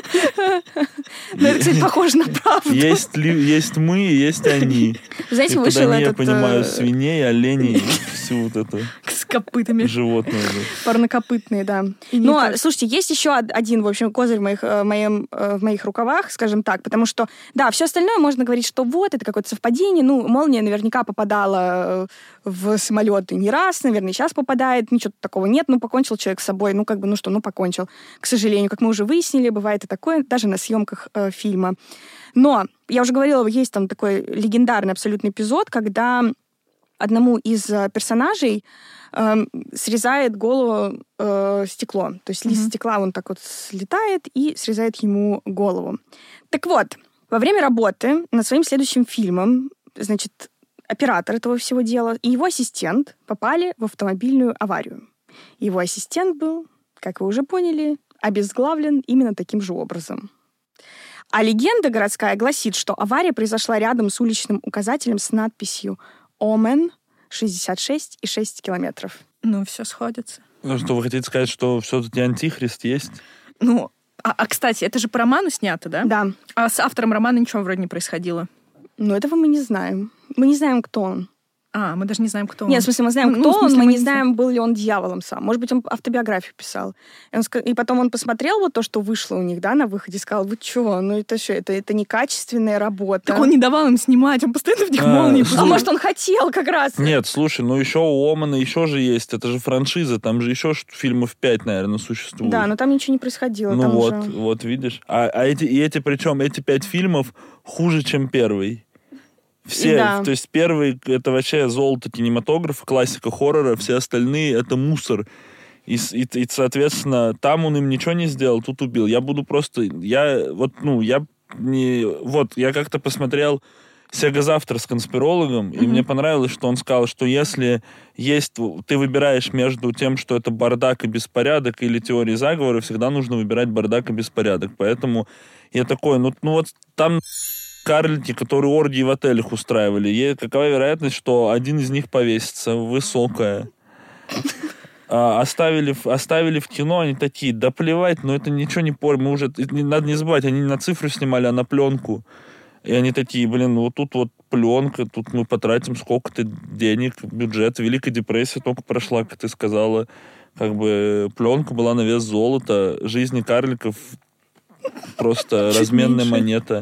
ну, это, кстати, похоже на правду. Есть, ли- есть мы, и есть они. Вы знаете, И под вышел они я этот понимаю э, свиней, оленей, всю вот эту С копытами. животное. да. парнокопытные, да. И не Ну, только. а, слушайте, есть еще од- один, в общем, козырь в моих, э, моем, э, в моих рукавах, скажем так, потому что, да, все остальное можно говорить, что вот, это какое-то совпадение, ну, молния наверняка попадала э, в самолеты не раз, наверное, сейчас попадает, ничего такого нет, ну, покончил человек с собой, ну, как бы, ну что, ну, покончил. К сожалению, как мы уже выяснили, бывает и такое, даже на съемках э, фильма. Но, я уже говорила, есть там такой легендарный абсолютный эпизод, когда одному из э, персонажей э, срезает голову э, стекло. То есть лист mm-hmm. стекла, он так вот слетает и срезает ему голову. Так вот, во время работы над своим следующим фильмом, значит, оператор этого всего дела и его ассистент попали в автомобильную аварию. Его ассистент был, как вы уже поняли, обезглавлен именно таким же образом. А легенда городская гласит, что авария произошла рядом с уличным указателем с надписью «Омен шестьдесят шесть и шесть километров». Ну, все сходится. Ну, что вы хотите сказать, что все-таки антихрист есть? Ну, а, а, кстати, это же по роману снято, да? Да. А с автором романа ничего вроде не происходило. Но этого мы не знаем. Мы не знаем, кто он. А, мы даже не знаем, кто он. Нет, в смысле, мы знаем, ну, кто ну, смысле, он, мы, мы не не знаем, был ли он дьяволом сам. Может быть, он автобиографию писал. И, он, и потом он посмотрел вот то, что вышло у них, да, на выходе, и сказал, вы чего, ну это что, это, это некачественная работа. Так он не давал им снимать, он постоянно в них А, молнии. А может, он хотел как раз? Нет, слушай, ну еще у Омана еще же есть, это же франшиза, там же еще фильмов пять, наверное, существует. Да, но там ничего не происходило. Ну там вот, уже... вот видишь. А, а эти, и эти, причем, эти пять фильмов хуже, чем первый. Все, да. То есть первый — это вообще золото кинематографа, классика хоррора, все остальные — это мусор. И, и, и, соответственно, там он им ничего не сделал, тут убил. Я буду просто... Я вот, ну, я не... Вот, я как-то посмотрел «Сега завтра» с конспирологом, mm-hmm. и мне понравилось, что он сказал, что если есть... Ты выбираешь между тем, что это бардак и беспорядок, или теории заговора, всегда нужно выбирать бардак и беспорядок. Поэтому я такой, ну, ну вот там... карлики, которые оргии в отелях устраивали. И какова вероятность, что один из них повесится? Высокая. А, оставили, оставили в кино, они такие, да плевать, но это ничего не пор. Мы уже, надо не забывать, они не на цифру снимали, а на пленку. И они такие, блин, ну вот тут вот пленка, тут мы потратим сколько-то денег, бюджет. Великая депрессия только прошла, как ты сказала. Как бы пленка была на вес золота. Жизни карликов просто разменная монета.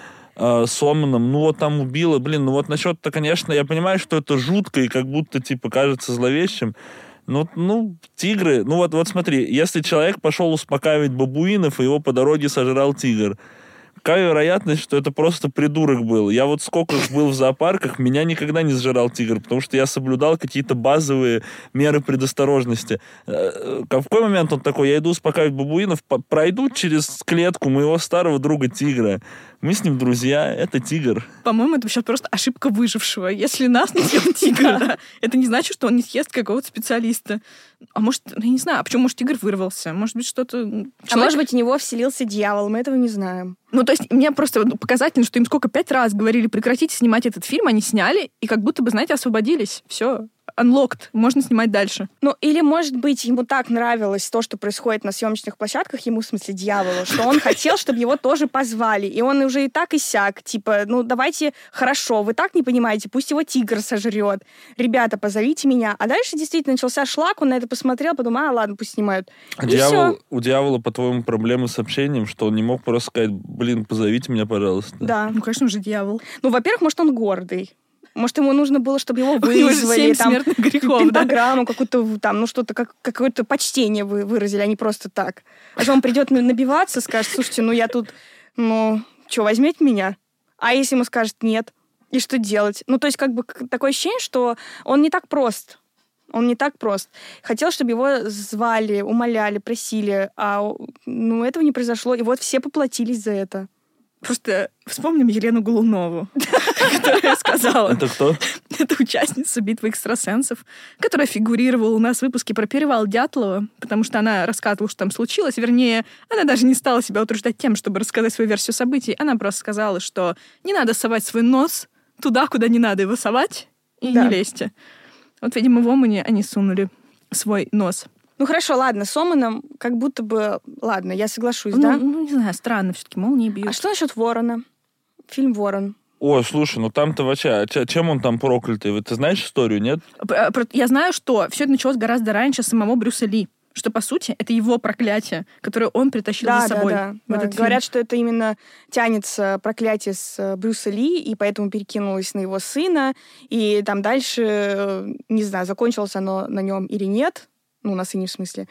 С Оманом, ну вот там убило, блин, ну вот насчет-то, конечно, я понимаю, что это жутко и как будто, типа, кажется зловещим, но, ну, тигры, ну вот, вот смотри, если человек пошел успокаивать бабуинов, и его по дороге сожрал тигр, какая вероятность, что это просто придурок был? Я вот сколько был в зоопарках, меня никогда не сжирал тигр, потому что я соблюдал какие-то базовые меры предосторожности. В какой момент он такой, я иду успокаивать бабуинов, пройду через клетку моего старого друга тигра, мы с ним друзья, это тигр. По-моему, это сейчас просто ошибка выжившего. Если нас не съел тигр, да, это не значит, что он не съест какого-то специалиста. А может, я не знаю, а почему, может, тигр вырвался? Может быть, что-то... Человек... А может быть, в него вселился дьявол, мы этого не знаем. Ну, то есть, мне просто показательно, что им сколько, пять раз говорили, прекратите снимать этот фильм, они сняли, и как будто бы, знаете, освободились. Все. Unlocked. Можно снимать дальше. Ну, или, может быть, ему так нравилось то, что происходит на съемочных площадках, ему, в смысле, дьяволу, что он хотел, чтобы его тоже позвали. И он уже и так, и сяк. Типа, ну, давайте, хорошо, вы так не понимаете, пусть его тигр сожрет. Ребята, позовите меня. А дальше действительно начался шлак, он на это посмотрел, подумал, а, ладно, пусть снимают. А и дьявол, все. У дьявола, по-твоему, проблемы с общением, что он не мог просто сказать, блин, позовите меня, пожалуйста. Да. Ну, конечно же, дьявол. Ну, во-первых, может, он гордый. Может, ему нужно было, чтобы его У него же вызвали, семь там, смертных грехов, пентаграмму да? какую-то, там, ну, что-то, как, какое-то почтение вы выразили, а не просто так. А что он придет набиваться, скажет, слушайте, ну, я тут, ну, что, возьмете меня? А если ему скажет нет? И что делать? Ну, то есть, как бы, такое ощущение, что он не так прост. Он не так прост. Хотел, чтобы его звали, умоляли, просили, а, ну, этого не произошло. И вот все поплатились за это. Просто вспомним Елену Голунову, которая сказала... Это кто? Это участница «Битвы экстрасенсов», которая фигурировала у нас в выпуске про перевал Дятлова, потому что она рассказывала, что там случилось. Вернее, она даже не стала себя утруждать тем, чтобы рассказать свою версию событий. Она просто сказала, что не надо совать свой нос туда, куда не надо его совать, и да. не лезьте. Вот, видимо, в Омане они сунули свой нос. Ну хорошо, ладно, с Оманом как будто бы... Ладно, я соглашусь, ну, да? Ну, не знаю, странно, все-таки молнии бьют. А что насчет Ворона? Фильм «Ворон». Ой, слушай, ну там-то вообще... Чем он там проклятый? Ты знаешь историю, нет? Я знаю, что все это началось гораздо раньше самого Брюса Ли. Что, по сути, это его проклятие, которое он притащил да, за собой. Да, в да, этот да. Говорят, фильм. что это именно тянется проклятие с Брюса Ли, и поэтому перекинулось на его сына. И там дальше, не знаю, закончилось оно на нем или нет. Ну, на сыне в смысле.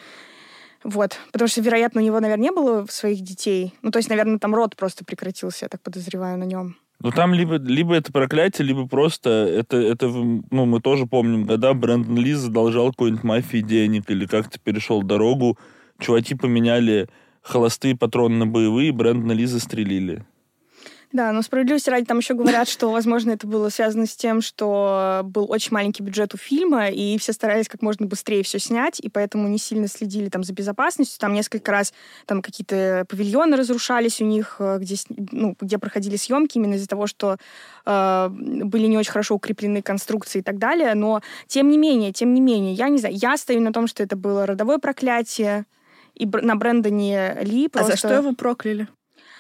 Вот. Потому что, вероятно, у него, наверное, не было своих детей. Ну, то есть, наверное, там род просто прекратился, я так подозреваю, на нем. Ну, там либо, либо это проклятие, либо просто это, это, ну, мы тоже помним года, Брэндон Ли задолжал какой-нибудь мафии денег или как-то перешел дорогу, чуваки поменяли холостые патроны на боевые, Брэндона Ли застрелили. Да, но справедливости ради там еще говорят, что, возможно, это было связано с тем, что был очень маленький бюджет у фильма, и все старались как можно быстрее все снять, и поэтому не сильно следили там за безопасностью. Там несколько раз там какие-то павильоны разрушались у них, где, ну, где проходили съемки, именно из-за того, что э, были не очень хорошо укреплены конструкции и так далее. Но тем не менее, тем не менее, я не знаю, я стою на том, что это было родовое проклятие, и на Брэндоне Ли просто... А за что его прокляли?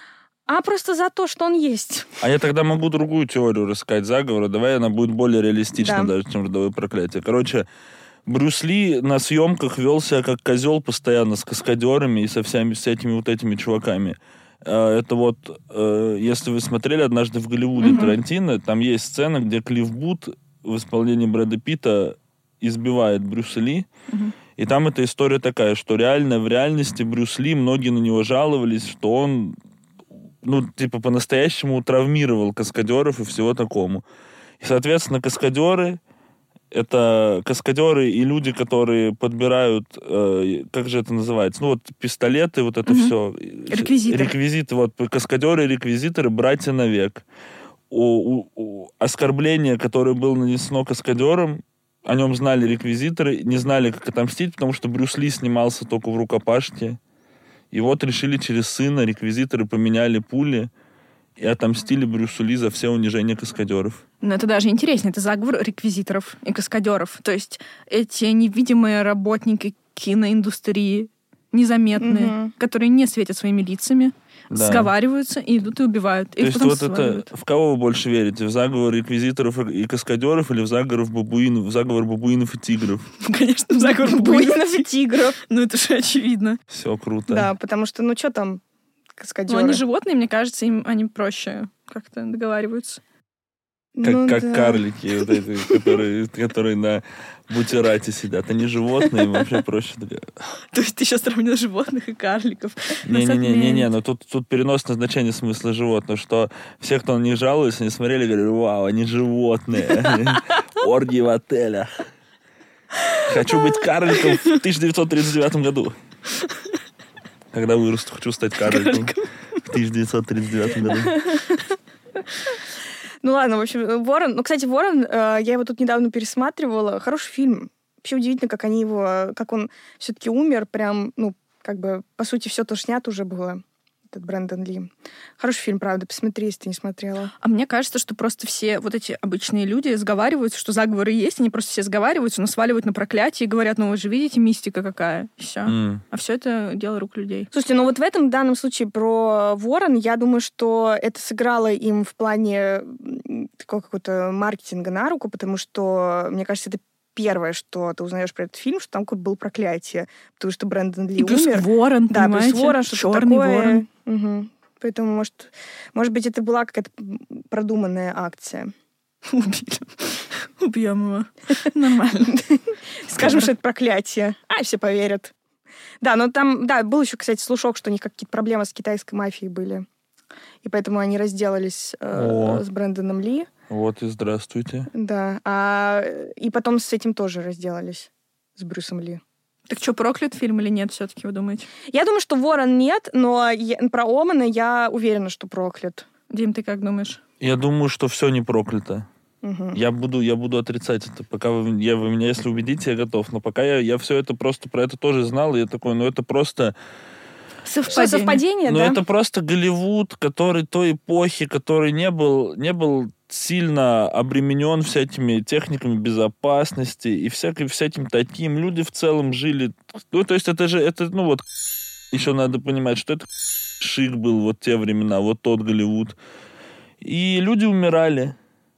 А просто за то, что он есть. А я тогда могу другую теорию рассказать заговора. Давай она будет более реалистична, да. даже, чем родовое проклятие. Короче, Брюс Ли на съемках вел себя как козел постоянно с каскадерами и со всеми, с этими вот этими чуваками. Это вот, если вы смотрели «Однажды в Голливуде» mm-hmm. Тарантино, там есть сцена, где Клифф Бут в исполнении Брэда Питта избивает Брюса Ли. Mm-hmm. И там эта история такая, что реально в реальности Брюс Ли, многие на него жаловались, что он... ну, типа, по-настоящему травмировал каскадеров и всего такому. И, соответственно, каскадеры — это каскадеры и люди, которые подбирают, э, как же это называется, ну, вот пистолеты, вот это mm-hmm. все. Реквизиты. Реквизиты, вот, каскадеры и реквизиторы — братья навек. У, у, у оскорбление, которое было нанесено каскадерам, о нем знали реквизиторы, не знали, как отомстить, потому что Брюс Ли снимался только в рукопашке. И вот решили через сына, реквизиторы поменяли пули и отомстили Брюсу Ли за все унижения каскадеров. Но это даже интереснее. Это заговор реквизиторов и каскадеров. То есть эти невидимые работники киноиндустрии, незаметные, mm-hmm. которые не светят своими лицами, да. сговариваются и идут и убивают. То есть вот это... В кого вы больше верите? В заговор реквизиторов и каскадеров или в заговор бабуинов, в заговор бабуинов и тигров? Конечно, в заговор бабуинов и тигров. Ну, это же очевидно. Все круто. Да, потому что, ну, что там каскадеры? Ну, они животные, мне кажется, им они проще как-то договариваются. Как, ну, как да. карлики, вот эти, которые, которые на бутерате сидят. Они животные, им вообще проще договариваться. То есть ты сейчас сравнил животных и карликов? Не-не-не, но тут, тут переносное значение смысла животных, что все, кто на них жалуется, они смотрели и говорили: вау, они животные. Оргии в отелях. Хочу быть карликом в тысяча девятьсот тридцать девятом году. Когда вырасту, хочу стать карликом в тысяча девятьсот тридцать девятом году. Ну ладно, в общем, «Ворон». Ну, кстати, «Ворон», э, я его тут недавно пересматривала. Хороший фильм. Вообще удивительно, как они его... Как он все-таки умер. Прям, ну, как бы, по сути, все то снято уже было. Этот Брэндон Ли. Хороший фильм, правда. Посмотри, если ты не смотрела. А мне кажется, что просто все вот эти обычные люди сговариваются, что заговоры есть, они просто все сговариваются, но сваливают на проклятие и говорят: ну вы же видите, мистика какая. И все. Mm. А все это дело рук людей. Слушайте, ну вот в этом данном случае про «Ворон», я думаю, что это сыграло им в плане такого какого-то маркетинга на руку, потому что, мне кажется, это первое, что ты узнаешь про этот фильм, что там какое-то было проклятие, потому что Брэндон Ли и плюс умер. Ворон, да, понимаете? плюс Ворон, что-то Чёрный такое. ворон. Угу. Поэтому, может, может быть, это была какая-то продуманная акция. Убили. Убьем его. Нормально. Скажем, что это проклятие. А, все поверят. Да, но там, да, был еще, кстати, слушок, что у них какие-то проблемы с китайской мафией были. И поэтому они разделались э, с Брэндоном Ли. Вот и здравствуйте. Да. А, и потом с этим тоже разделались, с Брюсом Ли. Так что, проклят фильм или нет, все-таки, вы думаете? Я думаю, что «Ворон» нет, но я, про «Омана» я уверена, что проклят. Дим, ты как думаешь? Я думаю, что все не проклято. Угу. Я буду, я буду отрицать это. Пока вы, я, вы меня, если убедите, я готов. Но пока я, я все это просто про это тоже знал, и я такой, ну это просто... Совпадение. Что, совпадение, ну, да? Ну это просто Голливуд, который той эпохи, который не был, не был сильно обременен всякими техниками безопасности и всяким, всяким таким. Люди в целом жили... Ну, то есть это же, это, ну вот, еще надо понимать, что это шик был вот те времена, вот тот Голливуд. И люди умирали.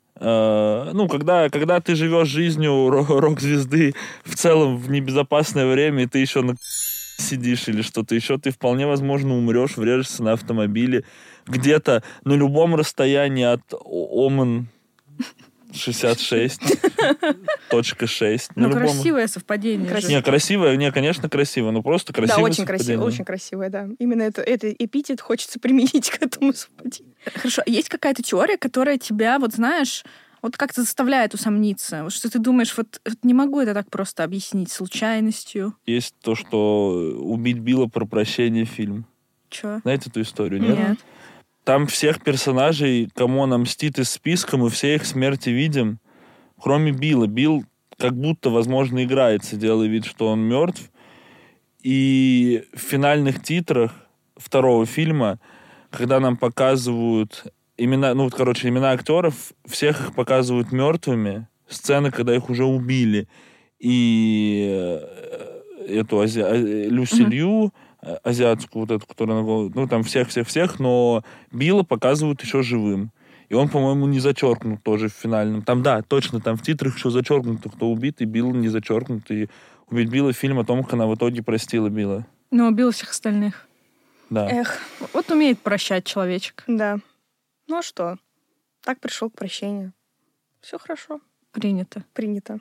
Uh, ну, когда, когда ты живешь жизнью рок-звезды в целом в небезопасное время, и ты еще на сидишь или что-то еще, ты вполне возможно умрешь, врежешься на автомобиле где-то на любом расстоянии от Оман шестьдесят шесть точка шесть. Ну, красивое совпадение. Не, красивое, не, конечно, красиво, но просто красивое Да, очень красивое, очень красивое, да. Именно это, это эпитет хочется применить к этому совпадению. Хорошо, есть какая-то теория, которая тебя, вот знаешь, вот как-то заставляет усомниться? Вот что ты думаешь, вот, вот не могу это так просто объяснить случайностью? Есть то, что «Убить Билла» про прощение фильм. Чё? Знаете эту историю, нет? Нет. Там всех персонажей, кому он мстит из списка, мы все их смерти видим, кроме Билла. Билл как будто, возможно, играется, делая вид, что он мертв. И в финальных титрах второго фильма, когда нам показывают имена, ну, вот, короче, имена актеров, всех их показывают мертвыми. Сцены, когда их уже убили. И эту ази... Люси mm-hmm. Лью, азиатскую вот эту, которая... Ну, там всех-всех-всех, но Билла показывают еще живым. И он, по-моему, не зачеркнут тоже в финальном. Там, да, точно, там в титрах еще зачеркнуто, кто убит, и Билл не зачеркнут. И «Убить Билла» фильм о том, как она в итоге простила Билла. Но убила всех остальных. Да. Эх. Вот умеет прощать человечек. Да. Ну а что? Так пришел к прощению. Все хорошо. Принято. Принято.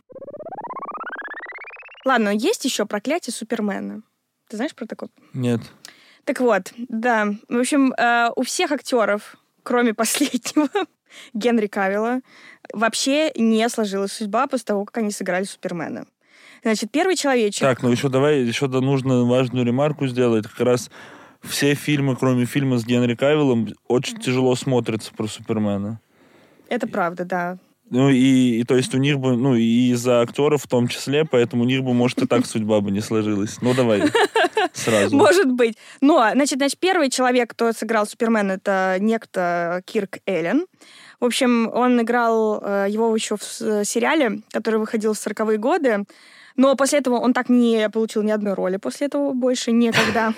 Ладно, есть еще проклятие Супермена. Ты знаешь про такое? Нет. Так вот, да. В общем, э, у всех актеров, кроме последнего, Генри Кавилла, вообще не сложилась судьба после того, как они сыграли Супермена. Значит, первый человечек... Так, ну еще давай, еще да, нужно важную ремарку сделать. Как раз все фильмы, кроме фильма с Генри Кавиллом, очень тяжело смотрятся про Супермена. Это правда, да. Ну и, и то есть у них бы, ну и из-за актеров в том числе, поэтому у них бы, может, и так судьба бы не сложилась. Ну давай сразу. Может быть. Но, значит, значит, первый человек, кто сыграл Супермена, это некто Кирк Эллен. В общем, он играл э, его еще в сериале, который выходил в сороковые годы. Но после этого он так не получил ни одной роли. После этого больше никогда.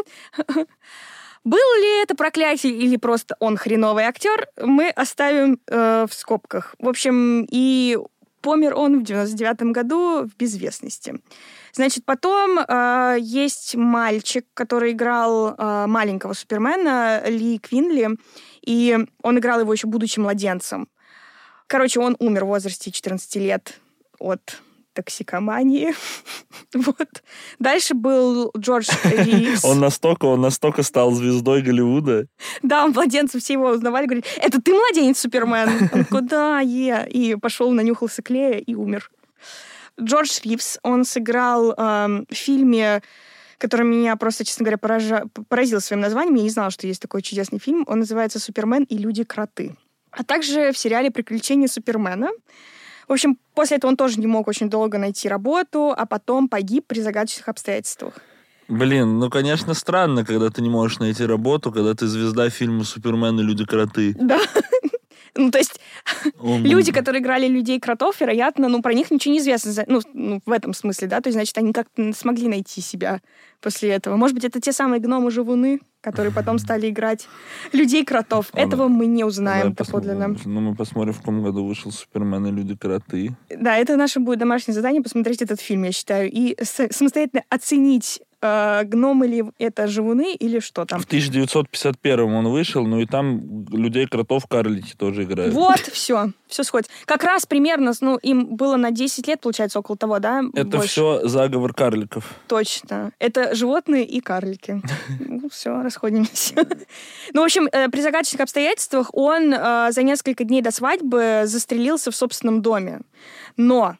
Было ли это проклятие или просто он хреновый актер, мы оставим э, в скобках. В общем, и помер он в девяносто девятом году в безвестности. Значит, потом э, есть мальчик, который играл э, маленького Супермена, Ли Квинли, и он играл его еще будучи младенцем. Короче, он умер в возрасте четырнадцати лет от токсикомании. Вот. Дальше был Джордж Ривз. Он настолько, он настолько стал звездой Голливуда. Да, младенцы все его узнавали, говорили: это ты младенец Супермен? Он такой: да, е. И пошел, нанюхался клея и умер. Джордж Ривз, он сыграл э, в фильме, который меня просто, честно говоря, поража... поразил своим названием. Я не знала, что есть такой чудесный фильм. Он называется «Супермен и люди-кроты». А также в сериале «Приключения Супермена». В общем, после этого он тоже не мог очень долго найти работу, а потом погиб при загадочных обстоятельствах. Блин, ну, конечно, странно, когда ты не можешь найти работу, когда ты звезда фильма «Супермен и люди-кроты». Да. Ну, то есть Он... люди, которые играли людей-кротов, вероятно, ну, про них ничего не известно. Ну, ну, в этом смысле, да? То есть, значит, они как-то смогли найти себя после этого. Может быть, это те самые гномы-живуны, которые потом стали играть людей-кротов. Ладно. Этого мы не узнаем Давай доподлинно. Посмотрим. Ну, мы посмотрим, в каком году вышел «Супермен и люди-кроты». Да, это наше будет домашнее задание — посмотреть этот фильм, я считаю, и самостоятельно оценить, э, гномы ли это живуны или что там. В тысяча девятьсот пятьдесят первом он вышел, ну и там людей-кротов карлики тоже играют. Вот, все, все сходится. Как раз примерно, ну, им было на десять лет, получается, около того, да? Это больше. все заговор карликов. Точно. Это животные и карлики. Ну, все, расходимся. Ну, в общем, при загадочных обстоятельствах он за несколько дней до свадьбы застрелился в собственном доме. Но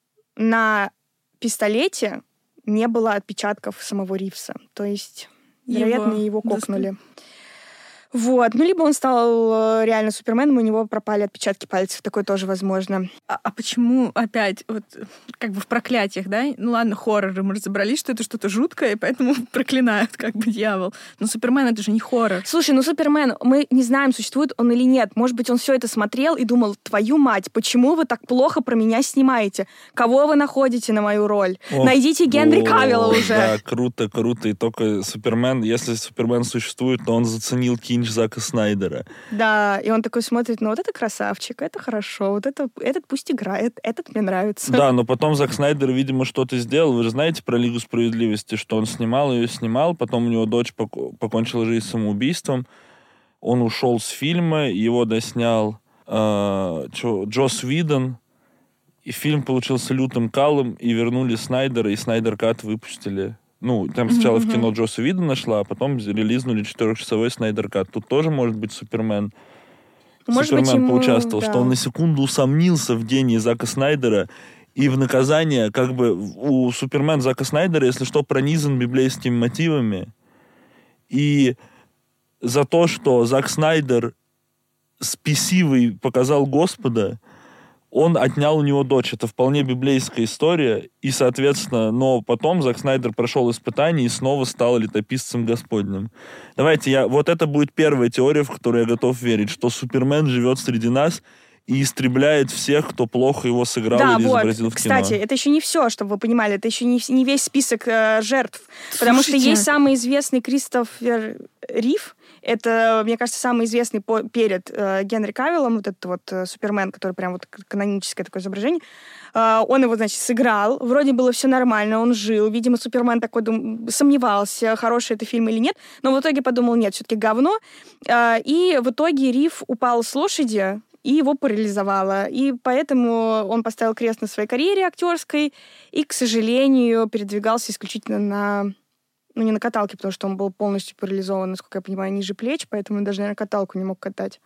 на пистолете не было отпечатков самого Ривза. То есть, вероятно, его, его кокнули. Вот. Ну, либо он стал реально Суперменом, у него пропали отпечатки пальцев. Такое тоже возможно. А, а почему опять, вот, как бы в проклятиях, да? Ну, ладно, хорроры, мы разобрались, что это что-то жуткое, и поэтому проклинают, как бы, дьявол. Но Супермен — это же не хоррор. Слушай, ну, Супермен, мы не знаем, существует он или нет. Может быть, он все это смотрел и думал: твою мать, почему вы так плохо про меня снимаете? Кого вы находите на мою роль? Ох, найдите Генри о, Кавилла уже. Да, круто, круто. И только Супермен, если Супермен существует, то он заценил кинч Зака Снайдера. Да, и он такой смотрит: ну вот это красавчик, это хорошо, вот это, этот пусть играет, этот мне нравится. Да, но потом Зак Снайдер, видимо, что-то сделал. Вы же знаете про Лигу справедливости, что он снимал ее, снимал, потом у него дочь пок- покончила жизнь самоубийством, он ушел с фильма, его доснял э, чё, Джосс Уидон, и фильм получился лютым калом, и вернули Снайдера, и Снайдер Кат выпустили. Ну, там сначала mm-hmm. в кино Джосса Уидона шла, а потом релизнули четырехчасовой Снайдер Кат. Тут тоже может быть Супермен. Может Супермен быть, ему, поучаствовал, да. что он на секунду усомнился в гении Зака Снайдера, и в наказание, как бы, у Супермен Зака Снайдера, если что, пронизан библейскими мотивами. И за то, что Зак Снайдер спесивый показал Господа, он отнял у него дочь. Это вполне библейская история. И, соответственно, но потом Зак Снайдер прошел испытание и снова стал летописцем Господним. Давайте я... Вот это будет первая теория, в которую я готов верить, что Супермен живет среди нас и истребляет всех, кто плохо его сыграл да, или вот. изобразил в кино. Кстати, это еще не все, чтобы вы понимали. Это еще не, не весь список э, жертв. Слушайте. Потому что есть самый известный Кристофер Рив. Это, мне кажется, самый известный по, перед э, Генри Кавиллом, вот этот вот э, Супермен, который прям вот каноническое такое изображение. Э, он его, значит, сыграл. Вроде было все нормально, он жил. Видимо, Супермен такой дум, сомневался, хороший это фильм или нет. Но в итоге подумал, нет, все-таки говно. Э, и в итоге Рив упал с лошади, и его парализовало. И поэтому он поставил крест на своей карьере актерской и, к сожалению, передвигался исключительно на... Ну, не на каталке, потому что он был полностью парализован, насколько я понимаю, ниже плеч, поэтому даже, наверное, каталку не мог катать.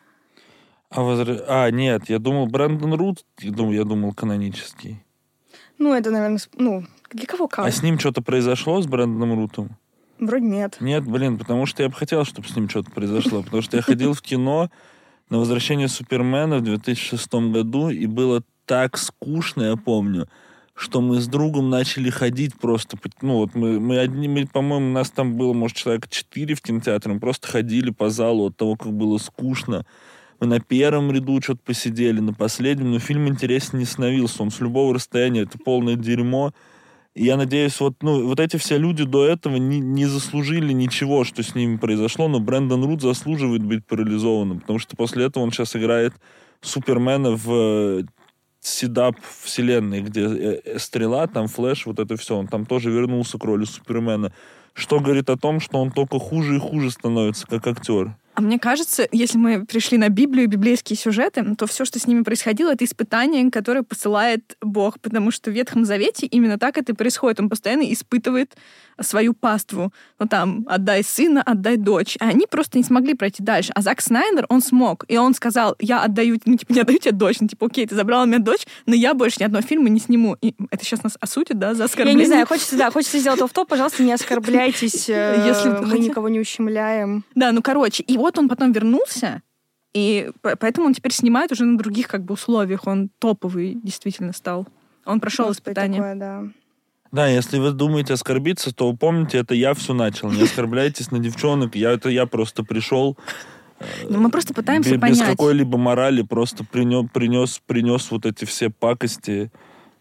А, возра... а нет, я думал, Брэндон Рут, я думал, я думал канонический. Ну, это, наверное, ну, для кого как. А с ним что-то произошло, с Брэндоном Рутом? Вроде нет. Нет, блин, потому что я бы хотел, чтобы с ним что-то произошло, потому что я ходил в кино на «Возвращение Супермена» в две тысячи шестом году, и было так скучно, я помню, что мы с другом начали ходить просто... Ну, вот мы, мы одни, мы, по-моему, у нас там было, может, человек четыре в кинотеатре, мы просто ходили по залу от того, как было скучно. Мы на первом ряду что-то посидели, на последнем, но фильм интереснее не становился. Он с любого расстояния, это полное дерьмо. И я надеюсь, вот, ну, вот эти все люди до этого не, не заслужили ничего, что с ними произошло, но Брэндон Рут заслуживает быть парализованным, потому что после этого он сейчас играет Супермена в Сидап вселенной, где Стрела, там Флэш, вот это все. Он там тоже вернулся к роли Супермена. Что говорит о том, что он только хуже и хуже становится как актер. А мне кажется, если мы пришли на Библию и библейские сюжеты, то все, что с ними происходило, это испытание, которое посылает Бог, потому что в Ветхом Завете именно так это и происходит. Он постоянно испытывает свою паству. Ну там, отдай сына, отдай дочь. А они просто не смогли пройти дальше. А Зак Снайдер, он смог. И он сказал, я отдаю, ну типа, не отдаю тебе дочь. Ну типа, окей, ты забрала у меня дочь, но я больше ни одного фильма не сниму. И это сейчас нас осудит, да, за оскорбление? Я не знаю, хочется, да, хочется сделать офф-топ, пожалуйста, не оскорбляйтесь, если мы никого не ущемляем. Да, ну короче, и вот он потом вернулся, и поэтому он теперь снимает уже на других как бы условиях. Он топовый действительно стал. Он прошел Может испытание. Такое, да. Да, если вы думаете оскорбиться, то помните, это я все начал. Не оскорбляйтесь на девчонок. Я, это я просто пришел... Ну, мы просто пытаемся без, понять. Без какой-либо морали просто принес, принес, принес вот эти все пакости.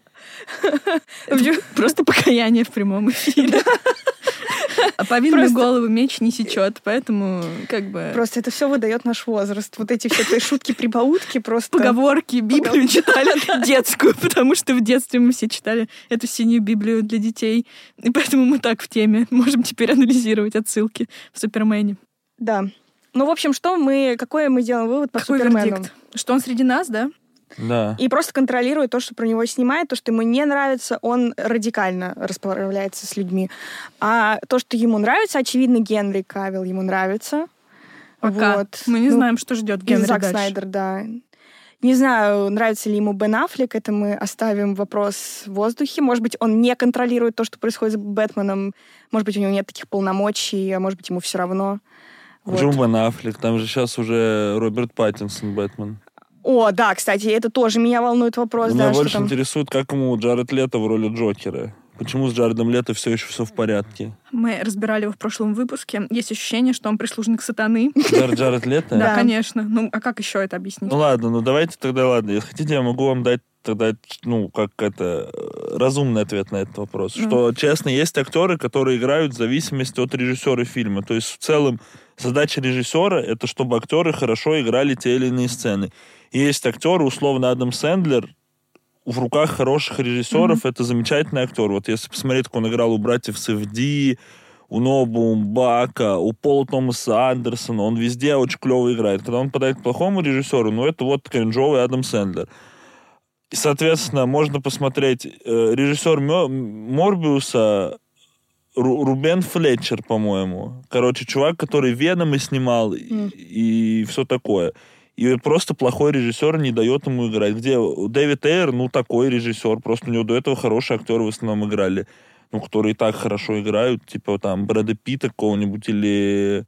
Просто покаяние в прямом эфире. А повинную голову меч не сечет, поэтому как бы... Просто это все выдает наш возраст. Вот эти все твои шутки-прибаутки просто... Поговорки, Библию читали детскую, потому что в детстве мы все читали эту синюю Библию для детей. И поэтому мы так в теме. Можем теперь анализировать отсылки в Супермене. Да. Ну, в общем, что мы... Какой мы делаем вывод по Какой Супермену? вердикт? Что он среди нас, да? Да. И просто контролирует то, что про него снимает, то, что ему не нравится, он радикально расправляется с людьми. А то, что ему нравится, очевидно, Генри Кавилл ему нравится. Пока. Вот. Мы не ну, знаем, что ждет Генри Зак дальше. Снайдер, да. Не знаю, нравится ли ему Бен Аффлек, это мы оставим вопрос в воздухе. Может быть, он не контролирует то, что происходит с Бэтменом. Может быть, у него нет таких полномочий, а может быть, ему все равно. Почему Вот. Бен Аффлек? Там же сейчас уже Роберт Паттинсон, Бэтмен. О, да, кстати, это тоже меня волнует вопрос. Меня да, больше что там... интересует, как ему Джаред Лето в роли Джокера. Почему с Джаредом Лето все еще все в порядке? Мы разбирали его в прошлом выпуске. Есть ощущение, что он прислужник сатаны. Джаред, Джаред Лето? Да, конечно. Ну, а как еще это объяснить? Ну ладно, ну давайте тогда, ладно. Если хотите, я могу вам дать тогда, ну, как это, разумный ответ на этот вопрос. Mm. Что, честно, есть актеры, которые играют в зависимости от режиссера фильма. То есть, в целом, задача режиссера — это чтобы актеры хорошо играли те или иные сцены. И есть актеры, условно, Адам Сэндлер, в руках хороших режиссеров, mm-hmm. это замечательный актер. Вот если посмотреть, как он играл у братьев Сафдии, у Ноа Баумбака, у Пола Томаса Андерсона. Он везде очень клево играет. Когда он подает к плохому режиссеру, ну, это вот кринжовый Адам Сэндлер. И, соответственно, можно посмотреть э, режиссер Мё- Морбиуса Ру- Рубен Флетчер, по-моему. Короче, чувак, который Венома снимал mm. и, и все такое. И просто плохой режиссер не дает ему играть. Где Дэвид Эйр, ну, такой режиссер. Просто у него до этого хорошие актеры в основном играли. Ну, которые и так хорошо играют. Типа там Брэда Питта какого-нибудь или...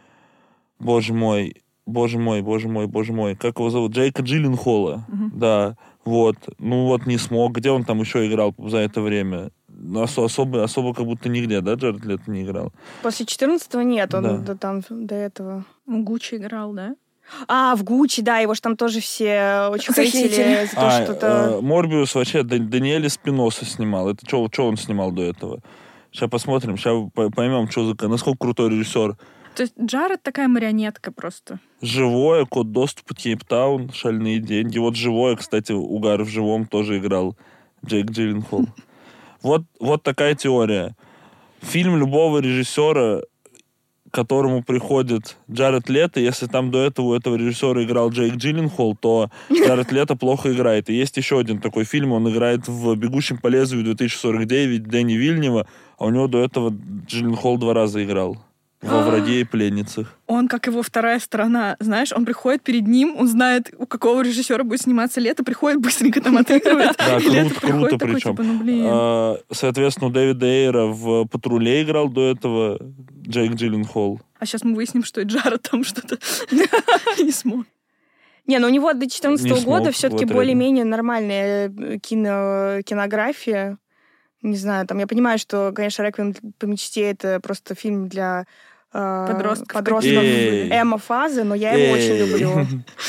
Боже мой, боже мой, боже мой, боже мой. Как его зовут? Джейка Джилленхола. Mm-hmm. Да, вот. Ну, вот не смог. Где он там еще играл за это время? Ну, ос- особо, особо как будто нигде, да, Джаред Лето не играл? После четырнадцатого нет, он да. до, там до этого... Гуччи играл, да? А, в Гуччи, да, его же там тоже все очень хейтили за то, а, что-то... Э, Морбиус вообще Д- Даниэля Спиноса снимал. Это что он снимал до этого? Сейчас посмотрим, сейчас поймем, что за... насколько крутой режиссер. То есть Джаред такая марионетка просто. Живое, Код доступа, Кейптаун, Шальные деньги. Вот Живое, кстати, угар в живом тоже играл Джейк Джилленхол. Вот, вот такая теория. Фильм любого режиссера, к которому приходит Джаред Лето, если там до этого у этого режиссера играл Джейк Джилленхол, то Джаред Лето плохо играет. И есть еще один такой фильм, он играет в «Бегущем по лезвию» две тысячи сорок девять Дэнни Вильнева, а у него до этого Джилленхол два раза играл. Во «Враге и пленницах». Он, как его вторая сторона, знаешь, он приходит перед ним, он знает, у какого режиссера будет сниматься Лето, приходит, быстренько там отыгрывает. Да, круто, круто причем. Соответственно, у Дэвида Эйра в «Патруле» играл до этого Джейк Джилленхол. А сейчас мы выясним, что и Джаред там что-то не смог. Не, ну у него до две тысячи четырнадцатого года все-таки более-менее нормальная кино, кинография. Не знаю, там я понимаю, что, конечно, «Реквием по мечте» — это просто фильм для э, подростков, подростков эмо-фазы, но я его очень люблю.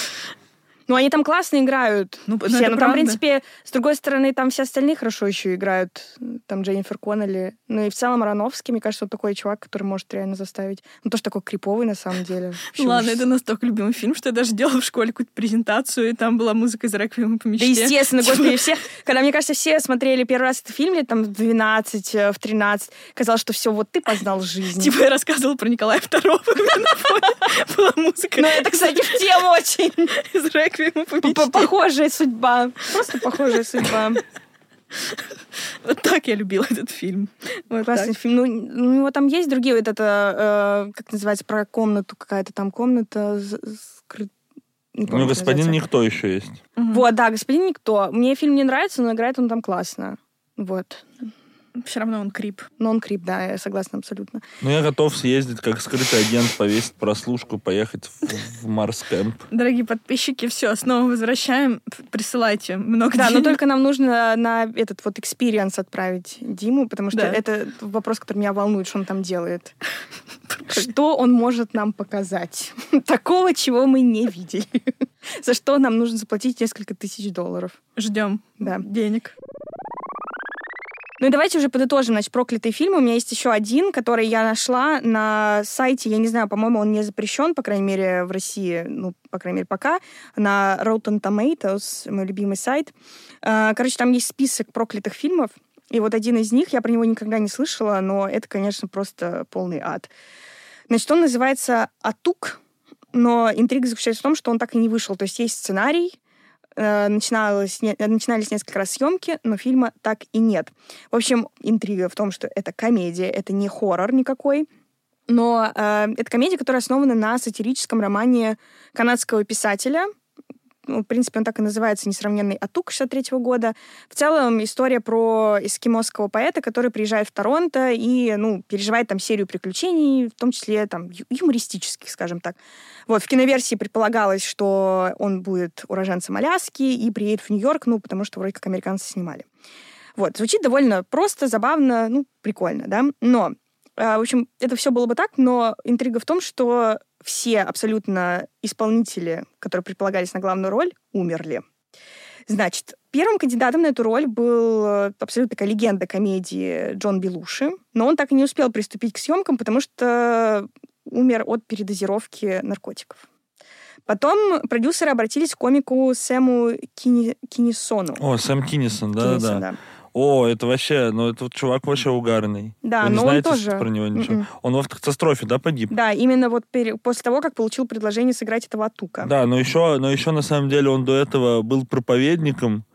Ну, они там классно играют. Ну, все. Ну, там, в принципе, с другой стороны, там все остальные хорошо еще играют. Там Дженнифер Коннелли. Ну, и в целом Аронофский, мне кажется, он такой чувак, который может реально заставить. Ну, тоже такой криповый, на самом деле. Ну, ладно, это настолько любимый фильм, что я даже делала в школе какую-то презентацию, и там была музыка из «Реквиема по мечте». Да, естественно, господи, все... Когда, мне кажется, все смотрели первый раз этот фильм, там, в двенадцать, в тринадцать, казалось, что все, вот ты познал жизнь. Типа я рассказывала про Николая второго, была музыка. Ну, это, кстати, в тему очень. Из «Реквиема по мечте». Похожая судьба. Просто похожая судьба. Вот так я любила этот фильм. Вот классный так. фильм. Ну, у него там есть другие, вот это, э, как называется, про комнату, какая-то там комната скрыта. Ну, «Господин Никто» еще есть. Угу. Вот, да, «Господин Никто». Мне фильм не нравится, но играет он там классно. Вот. Все равно он крип. Но он крип, да, я согласна абсолютно. Ну, я готов съездить как скрытый агент, повесить прослушку, поехать в, в Марс-кэмп. Дорогие подписчики, все, снова возвращаем. Присылайте много Да, денег. но только нам нужно на этот вот экспириенс отправить Диму, потому что да. это вопрос, который меня волнует, что он там делает. Что он может нам показать? Такого, чего мы не видели. За что нам нужно заплатить несколько тысяч долларов. Ждем да. денег. Ну и давайте уже подытожим, значит, проклятые фильмы. У меня есть еще один, который я нашла на сайте, я не знаю, по-моему, он не запрещен, по крайней мере, в России, ну, по крайней мере, пока, на Rotten Tomatoes, мой любимый сайт. Короче, там есть список проклятых фильмов, и вот один из них, я про него никогда не слышала, но это, конечно, просто полный ад. Значит, он называется «Атук», но интрига заключается в том, что он так и не вышел. То есть есть сценарий, Начиналось, начинались несколько раз съемки, но фильма так и нет. В общем, интрига в том, что это комедия, это не хоррор никакой, но э, это комедия, которая основана на сатирическом романе канадского писателя. Ну, в принципе, он так и называется «Несравненный Атук» шестьдесят третьего года. В целом, история про эскимосского поэта, который приезжает в Торонто и, ну, переживает там серию приключений, в том числе там юмористических, скажем так. Вот, в киноверсии предполагалось, что он будет уроженцем Аляски и приедет в Нью-Йорк, ну, потому что вроде как американцы снимали. Вот, звучит довольно просто, забавно, ну, прикольно, да? Но, э, в общем, это все было бы так, но интрига в том, что все абсолютно исполнители, которые предполагались на главную роль, умерли. Значит, первым кандидатом на эту роль был абсолютно такая легенда комедии Джон Белуши, но он так и не успел приступить к съемкам, потому что умер от передозировки наркотиков. Потом продюсеры обратились к комику Сэму Кини... Кинисону. О, Сэм Кинисон, да-да-да. О, это вообще, ну, этот чувак вообще угарный. Да, Вы не но знаете он тоже... про него ничего? Mm-mm. Он в автокатастрофе, да, погиб? Да, именно вот пере... после того, как получил предложение сыграть этого Атука. Да, но еще, но еще на самом деле он до этого был проповедником,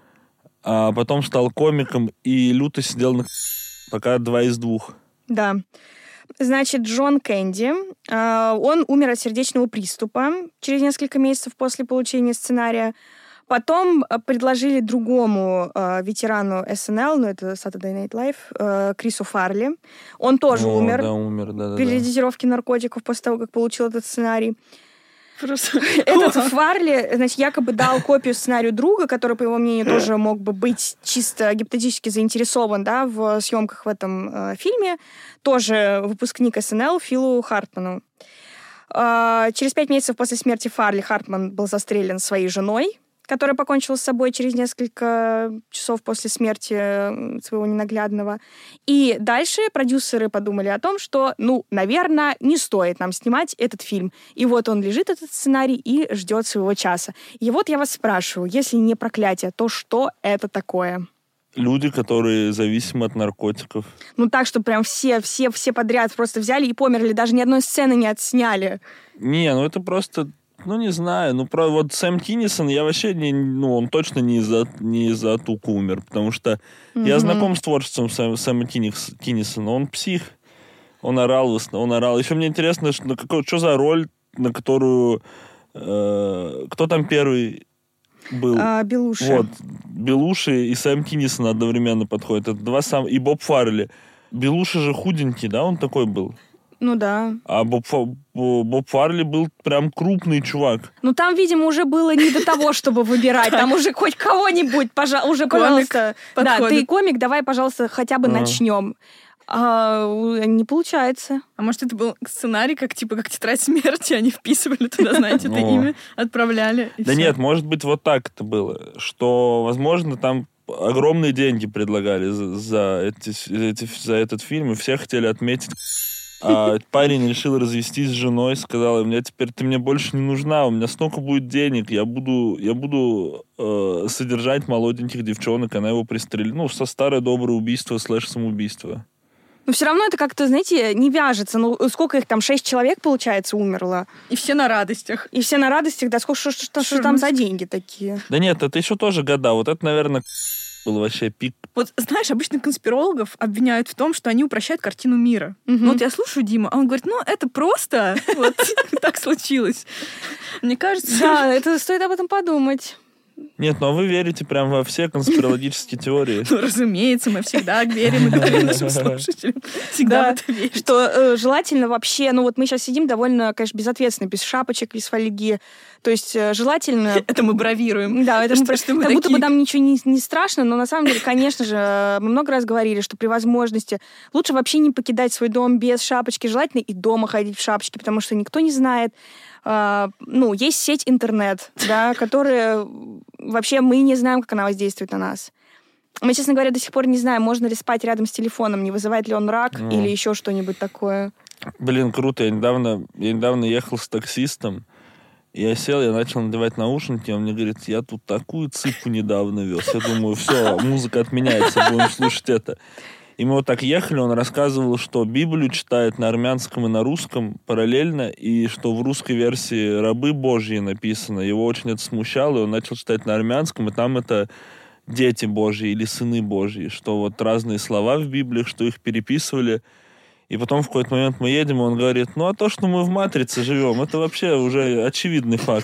а потом стал комиком и люто сидел на пока два из двух. Да. Значит, Джон Кэнди, э, он умер от сердечного приступа через несколько месяцев после получения сценария. Потом предложили другому э, ветерану эс эн эл, ну, это Saturday Night Live, э, Крису Фарли. Он тоже О, умер. Да, умер, да, да. При да. дозировке наркотиков после того, как получил этот сценарий. Просто... Этот Фарли, значит, якобы дал копию сценарию друга, который, по его мнению, тоже мог бы быть чисто гипотетически заинтересован, да, в съемках в этом э, фильме. Тоже выпускник эс эн эл Филу Хартману. Э, через пять месяцев после смерти Фарли Хартман был застрелен своей женой, которая покончила с собой через несколько часов после смерти своего ненаглядного. И дальше продюсеры подумали о том, что, ну, наверное, не стоит нам снимать этот фильм. И вот он лежит, этот сценарий, и ждет своего часа. И вот я вас спрашиваю, если не проклятие, то что это такое? Люди, которые зависимы от наркотиков. Ну так, что прям все, все, все подряд просто взяли и померли, даже ни одной сцены не отсняли. Не, ну это просто... Ну, не знаю. Ну, про вот Сэм Киннисон, я вообще не... Ну, он точно не из-за, не из-за Атука умер, потому что mm-hmm. я знаком с творчеством Сэм, Сэма Киннис, Киннисона. Он псих. Он орал, он орал. Еще мне интересно, что, какой, что за роль, на которую... Э, кто там первый был? А, Белуши. Вот. Белуши и Сэм Киннисон одновременно подходят. Это два сам... И Боб Фаррелли. Белуши же худенький, да? Он такой был? Ну да. А Боб, Боб Фаррелли был прям крупный чувак. Ну там, видимо, уже было не до того, чтобы выбирать. Там уже хоть кого-нибудь, пожалуйста, уже, пожалуйста. Да, ты комик, давай, пожалуйста, хотя бы начнем. А, не получается. А может, это был сценарий, как типа как тетрадь смерти, они вписывали туда, знаете, это имя, отправляли. Да нет, может быть, вот так это было. Что, возможно, там огромные деньги предлагали за, эти, эти, за этот фильм, и все хотели отметить. А парень решил развестись с женой, сказал: у меня теперь ты мне больше не нужна, у меня столько будет денег, я буду, я буду э, содержать молоденьких девчонок, она его пристрелила. Ну, со старое доброе убийство слэш самоубийство. Но все равно это как-то, знаете, не вяжется. Ну, сколько их там, шесть человек, получается, умерло? И все на радостях. И все на радостях, да, сколько, что, что, что там за деньги такие? Да нет, это еще тоже года, вот это, наверное, был вообще пик. Вот, знаешь, обычно конспирологов обвиняют в том, что они упрощают картину мира. Mm-hmm. Ну, вот я слушаю Диму, а он говорит, ну, это просто вот так случилось. Мне кажется... Да, это стоит об этом подумать. Нет, ну а вы верите прям во все конспирологические теории? Ну, разумеется, мы всегда верим и говорим нашим слушателям. Всегда в это верим. Что э, желательно вообще... Ну, вот мы сейчас сидим довольно, конечно, безответственно, без шапочек, без фольги. То есть э, желательно... Это мы бравируем. Да, это что, мы, что мы как такие... будто бы нам ничего не, не страшно, но на самом деле, конечно же, мы много раз говорили, что при возможности лучше вообще не покидать свой дом без шапочки. Желательно и дома ходить в шапочке, потому что никто не знает. Uh, ну, есть сеть интернет, да, которая вообще мы не знаем, как она воздействует на нас. Мы, честно говоря, до сих пор не знаем, можно ли спать рядом с телефоном, не вызывает ли он рак mm. или еще что-нибудь такое. Блин, круто. Я недавно, я недавно ехал с таксистом, я сел, я начал надевать наушники, он мне говорит, я тут такую цыпу недавно вез. Я думаю, все, музыка отменяется, будем слушать это. И мы вот так ехали, он рассказывал, что Библию читает на армянском и на русском параллельно, и что в русской версии «рабы Божьи» написано. Его очень это смущало, и он начал читать на армянском, и там это «дети Божьи» или «сыны Божьи», что вот разные слова в Библии, что их переписывали. И потом в какой-то момент мы едем, и он говорит, ну а то, что мы в «Матрице» живем, это вообще уже очевидный факт.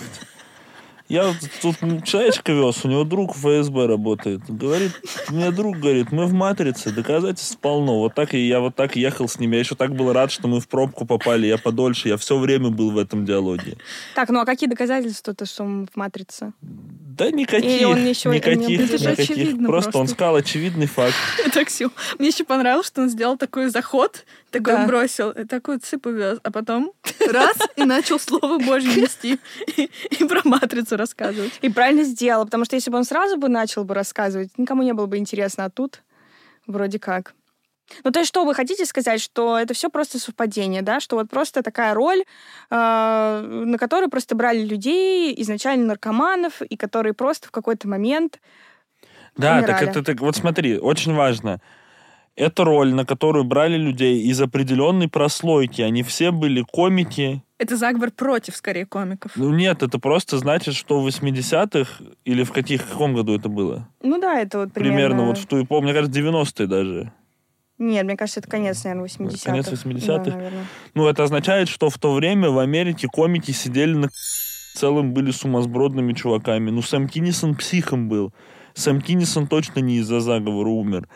Я вот тут человечка вез, у него друг в эф эс бэ работает. Говорит, мне друг говорит, мы в «Матрице», доказательств полно. Вот так и я вот так ехал с ними. Я еще так был рад, что мы в пробку попали. Я подольше, я все время был в этом диалоге. Так, ну а какие доказательства-то, что мы в «Матрице»? Да никаких, Или он еще никаких, не никаких. Просто, просто он сказал очевидный факт. Так все. Мне еще понравилось, что он сделал такой заход, такой да. бросил, такую цыпу вез, а потом раз и начал Слово Божье нести и, и про «Матрицу» рассказывать. И правильно сделал, потому что если бы он сразу бы начал бы рассказывать, никому не было бы интересно, а тут вроде как. Ну, то есть, что вы хотите сказать, что это все просто совпадение, да, что вот просто такая роль, э, на которую просто брали людей, изначально наркоманов, и которые просто в какой-то момент... Да, умирали. так это, так, вот смотри, очень важно. Это роль, на которую брали людей из определенной прослойки. Они все были комики. Это заговор против, скорее, комиков. Ну нет, это просто значит, что в восьмидесятых, или в каких, в каком году это было? Ну да, это вот Примерно, примерно... вот в ту эпоху, мне кажется, девяностые даже. Нет, мне кажется, это конец, наверное, восьмидесятых. Конец восьмидесятых? Да, наверное. Ну, это означает, что в то время в Америке комики сидели на в целом были сумасбродными чуваками. Ну, Сэм Киннисон психом был. Сэм Киннисон точно не из-за заговора умер.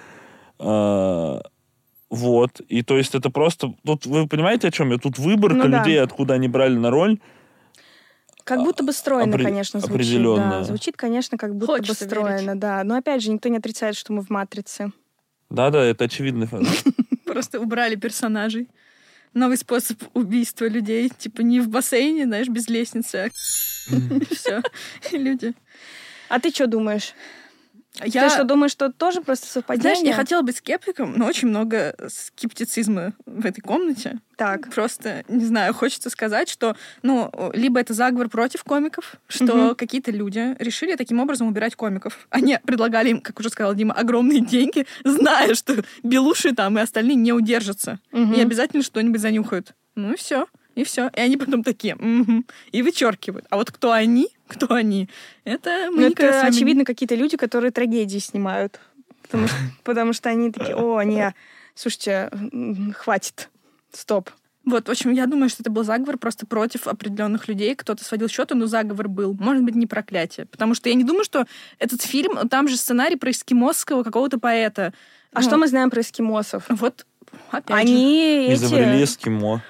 А, вот. И то есть это просто... Тут вы понимаете, о чем я? Тут выборка Ну, да. людей, откуда они брали на роль. Как будто бы стройно, Опре- конечно, звучит. определенно. Да, звучит, конечно, как будто Хочется бы стройно, верить. да. Но опять же, никто не отрицает, что мы в «Матрице». Да-да, это очевидный факт. Просто убрали персонажей. Новый способ убийства людей. Типа не в бассейне, знаешь, без лестницы, а все. Люди. А ты что думаешь? Я... Ты что, думаешь, что это тоже просто совпадение? Знаешь, я хотела быть скептиком, но очень много скептицизма в этой комнате. Так. Просто, не знаю, хочется сказать, что, ну, либо это заговор против комиков, что Мгм. какие-то люди решили таким образом убирать комиков. Они предлагали им, как уже сказал Дима, огромные деньги, зная, что Белуши там и остальные не удержатся. Мгм. И обязательно что-нибудь занюхают. Ну и все. И все. И они потом такие, «Мгм», и вычеркивают. А вот кто они, кто они, это мы Ну, никогда с это, вами не- очевидно, какие-то люди, которые трагедии снимают. Потому что, потому что они такие, о, не, слушайте, м, хватит, стоп. Вот, в общем, я думаю, что это был заговор просто против определенных людей. Кто-то сводил счеты, но заговор был. Может быть, не проклятие. Потому что я не думаю, что этот фильм, там же сценарий про эскимосского какого-то поэта. А Ну, что мы знаем про эскимосов? Вот, опять же. Они Изобрели эти... эскимо.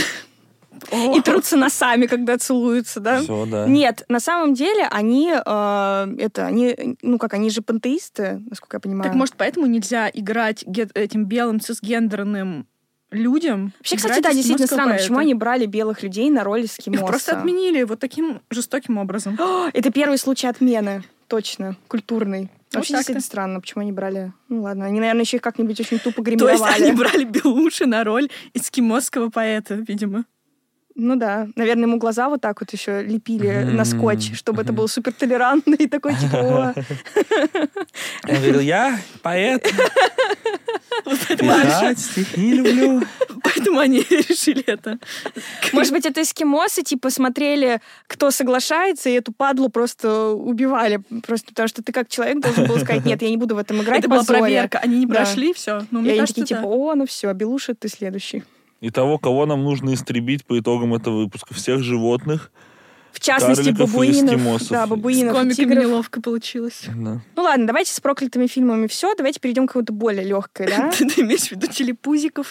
О, И трутся носами, когда целуются, да? Все, да. Нет, на самом деле они, э, это, они, ну как, они же пантеисты, насколько я понимаю. Так, может, поэтому нельзя играть ге- этим белым цисгендерным людям? Вообще, кстати, играть да, действительно эскимосского странно, поэта? почему они брали белых людей на роль эскимоса. Их просто отменили вот таким жестоким образом. О, это первый случай отмены, точно, культурный. Вообще, так-то. действительно странно, почему они брали... Ну ладно, они, наверное, еще их как-нибудь очень тупо То есть гримировали. они брали Белуши на роль эскимосского поэта, видимо. Ну да, наверное, ему глаза вот так вот еще лепили на скотч, чтобы это Мгм. было супер толерантно и такой типа... «О». Я говорил, я поэт. Вот поэтому они- Писать стихи люблю. Поэтому они решили это. Может быть, это эскимосы, типа, смотрели, кто соглашается, и эту падлу просто убивали. Просто потому что ты как человек должен был сказать, нет, я не буду в этом играть, Это была позоря». проверка. Они не Да. прошли, все. Ну, И мне они кажется, такие, да. типа, о, ну все, Белуша, ты следующий. И того, кого нам нужно истребить по итогам этого выпуска. Всех животных. В частности, Карликов и бабуинов. эскимосов. Да, С бабуинов и комиками тигров. неловко получилось. Да. Ну ладно, давайте с проклятыми фильмами все. Давайте перейдем к какому-то более легкой, да? Ты ты имеешь в виду телепузиков?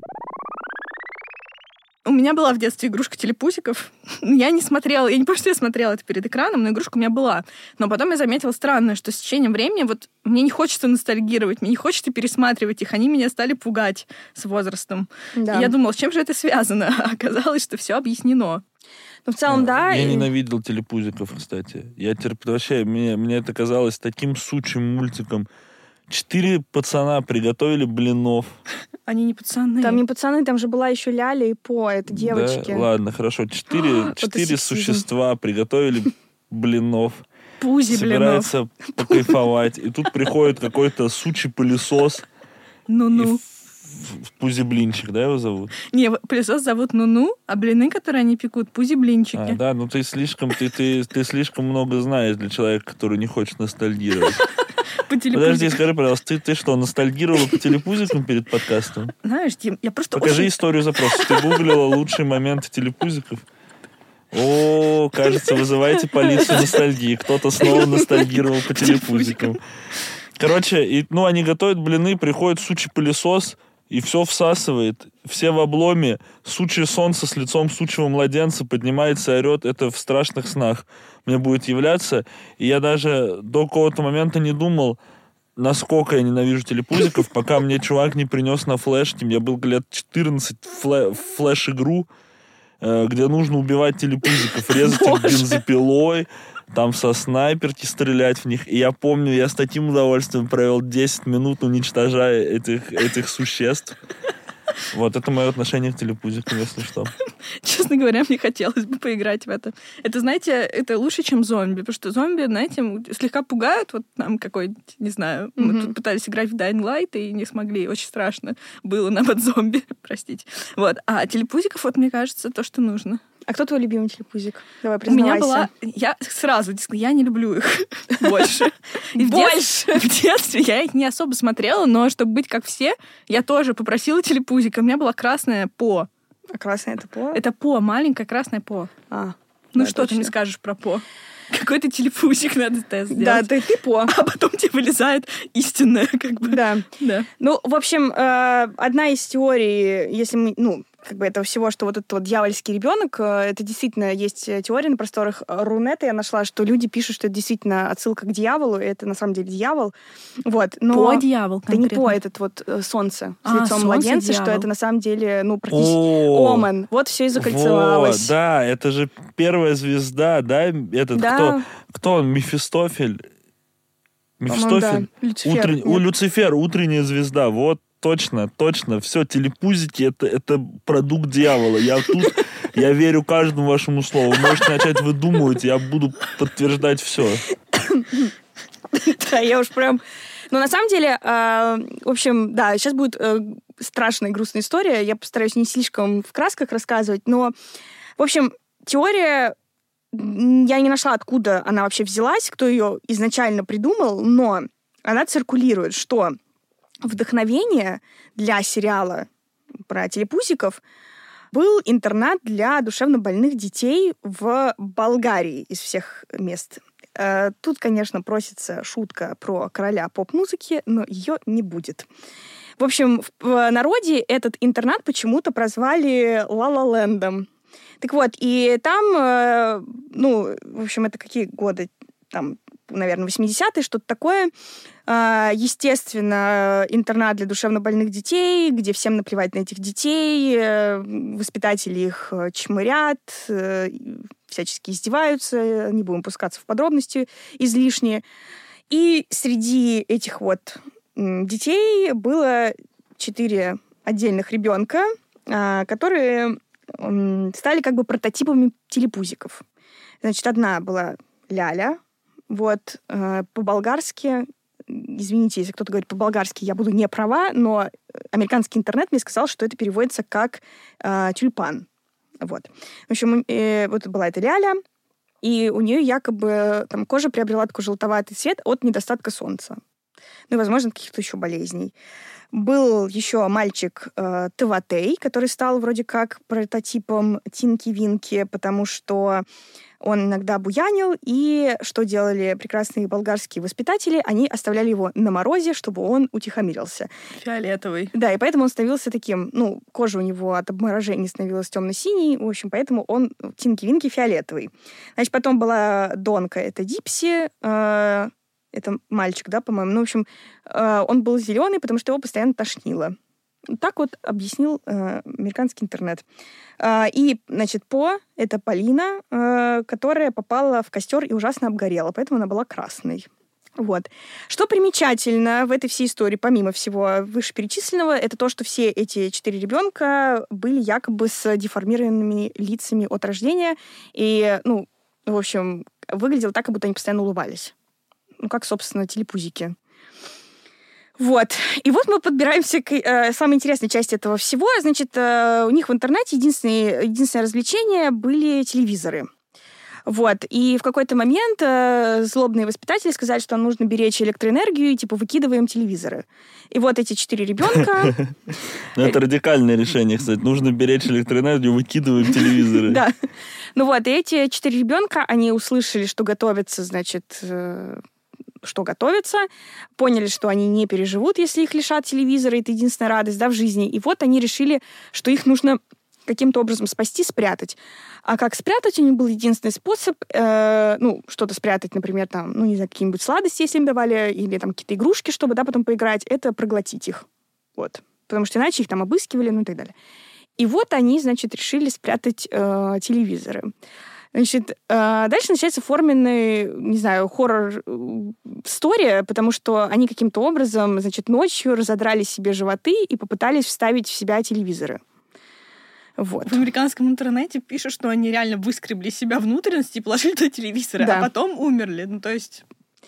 У меня была в детстве игрушка телепузиков. Я не смотрела, я не помню, что я смотрела это перед экраном, но игрушка у меня была. Но потом я заметила странное, что с течением времени вот мне не хочется ностальгировать, мне не хочется пересматривать их. Они меня стали пугать с возрастом. Да. И я думала, с чем же это связано? А оказалось, что все объяснено. Ну, в целом, да. Я и- ненавидел телепузиков, кстати. Я терп... Вообще, мне, мне это казалось таким сучим мультиком. Четыре пацана приготовили блинов. Они не пацаны. Там не пацаны, там же была еще Ляля и По, это девочки. Да? Ладно, хорошо. Четыре, Вот четыре это сексизм. существа приготовили блинов. Пузи блинов. Собирается покайфовать. И тут приходит какой-то сучий пылесос. И Ну-ну. в, в пузи-блинчик, да, его зовут? Не, пылесос зовут Ну-Ну, а блины, которые они пекут, пузи-блинчики. А, да, ну ты слишком, ты, ты, ты слишком много знаешь для человека, который не хочет ностальгировать. По телепузикам. Подожди, скажи, пожалуйста, ты, ты что, ностальгировала по телепузикам перед подкастом? Знаешь, Дим, я просто Покажи очень... историю запроса. Ты гуглила лучшие моменты телепузиков? О, кажется, вызывайте полицию ностальгии. Кто-то снова ностальгировал по телепузикам. Короче, и, ну, они готовят блины, приходит сучий пылесос, и все всасывает. Все в обломе. Сучье солнце с лицом сучьего младенца поднимается и орет. Это в страшных снах мне будет являться. И я даже до какого-то момента не думал, насколько я ненавижу телепузиков, пока мне чувак не принес на флешке. Мне было лет четырнадцать флэ- флеш-игру, э, где нужно убивать телепузиков, резать их бензопилой, там со снайперки стрелять в них. И я помню, я с таким удовольствием провел десять минут, уничтожая этих, этих существ. Вот, это мое отношение к телепузикам, если что. Честно честно говоря, мне хотелось бы поиграть в это. Это, знаете, это лучше, чем зомби, потому что зомби, знаете, слегка пугают. Вот нам какой-нибудь, не знаю, mm-hmm. мы тут пытались играть в Dying Light и не смогли. Очень страшно было нам от зомби, простите. Вот. А телепузиков, вот, мне кажется, то, что нужно. А кто твой любимый телепузик? Давай, признавайся. У меня была... Я сразу, я не люблю их больше. Больше? В детстве я их не особо смотрела, но чтобы быть как все, я тоже попросила телепузика. У меня была красная По. А красная это По? Это По, маленькая красная По. А, ну что ты мне скажешь про По? Какой-то телепузик надо тест сделать. Да, ты, ты По. А потом тебе вылезает истинная, как бы. Да. да. Ну, в общем, одна из теорий, если мы, ну, как бы этого всего, что вот этот вот дьявольский ребенок, это действительно есть теория на просторах Рунета. Я нашла, что люди пишут, что это действительно отсылка к дьяволу, и это на самом деле дьявол. Вот. Но... По дьявол конкретно? Да не По, этот вот солнце с а, лицом солнце, младенца, дьявол. что это на самом деле, ну, практически омен. Вот все и закольцевалось. Вот, да, это же первая звезда, да, этот да. кто, кто он, Мефистофель? Мефистофель? Да. Люцифер. Утрен... У, Люцифер, утренняя звезда, вот. Точно, точно. Все, телепузики это, это продукт дьявола. Я тут, я верю каждому вашему слову. Вы можете начать выдумывать, я буду подтверждать все. Да, я уж прям... Но на самом деле, э, в общем, да, сейчас будет э, страшная грустная история. Я постараюсь не слишком в красках рассказывать, но, в общем, теория... Я не нашла, откуда она вообще взялась, кто ее изначально придумал, но она циркулирует, что... Вдохновение для сериала про телепузиков был интернат для душевнобольных детей в Болгарии из всех мест. Тут, конечно, просится шутка про короля поп-музыки, но ее не будет. В общем, в народе этот интернат почему-то прозвали Ла-Ла-Лэндом. Так вот, и там, ну, в общем, это какие годы? Там, наверное, восьмидесятые, что-то такое. Естественно, интернат для душевнобольных детей, где всем наплевать на этих детей, воспитатели их чмырят, всячески издеваются, не будем пускаться в подробности излишние. И среди этих вот детей было четыре отдельных ребенка, которые стали как бы прототипами телепузиков. Значит, одна была Ляля. Вот, э, по-болгарски, извините, если кто-то говорит по-болгарски, я буду не права, но американский интернет мне сказал, что это переводится как э, тюльпан. Вот. В общем, э, вот была эта Ляля, и у нее якобы там кожа приобрела такой желтоватый цвет от недостатка солнца. Ну и, возможно, каких-то еще болезней. Был еще мальчик э, Теватей, который стал вроде как прототипом Тинки-Винки, потому что он иногда буянил, и что делали прекрасные болгарские воспитатели? Они оставляли его на морозе, чтобы он утихомирился. Фиолетовый. Да, и поэтому он становился таким, ну, кожа у него от обморожения становилась темно-синей, в общем, поэтому он Тинки-Винки фиолетовый. Значит, потом была Донка, это Дипси, э, это мальчик, да, по-моему. Ну, в общем, э, он был зеленый, потому что его постоянно тошнило. Так вот объяснил э, американский интернет. Э, и, значит, По — это Полина, э, которая попала в костер и ужасно обгорела, поэтому она была красной. Вот. Что примечательно в этой всей истории, помимо всего вышеперечисленного, это то, что все эти четыре ребенка были якобы с деформированными лицами от рождения. И, ну, в общем, выглядело так, как будто они постоянно улыбались. Ну, как, собственно, телепузики. Вот. И вот мы подбираемся к э, самой интересной части этого всего. Значит, э, у них в интернете единственное, единственное развлечение были телевизоры. Вот. И в какой-то момент э, злобные воспитатели сказали, что нужно беречь электроэнергию и, типа, выкидываем телевизоры. И вот эти четыре ребенка... Это радикальное решение, кстати. Нужно беречь электроэнергию, выкидываем телевизоры. Да. Ну вот, и эти четыре ребенка, они услышали, что готовится, значит... что готовится, поняли, что они не переживут, если их лишат телевизора, это единственная радость, да, в жизни. И вот они решили, что их нужно каким-то образом спасти, спрятать. А как спрятать, у них был единственный способ, э, ну, что-то спрятать, например, там, ну, не знаю, какие-нибудь сладости, если им давали, или там какие-то игрушки, чтобы, да, потом поиграть, это проглотить их. Вот. Потому что иначе их там обыскивали, ну, и так далее. И вот они, значит, решили спрятать э, телевизоры. Значит, дальше начинается форменный, не знаю, хоррор-история, потому что они каким-то образом, значит, ночью разодрали себе животы и попытались вставить в себя телевизоры. Вот. В американском интернете пишут, что они реально выскребли себя внутренности и положили до телевизора, Да. а потом умерли. Ну, то есть...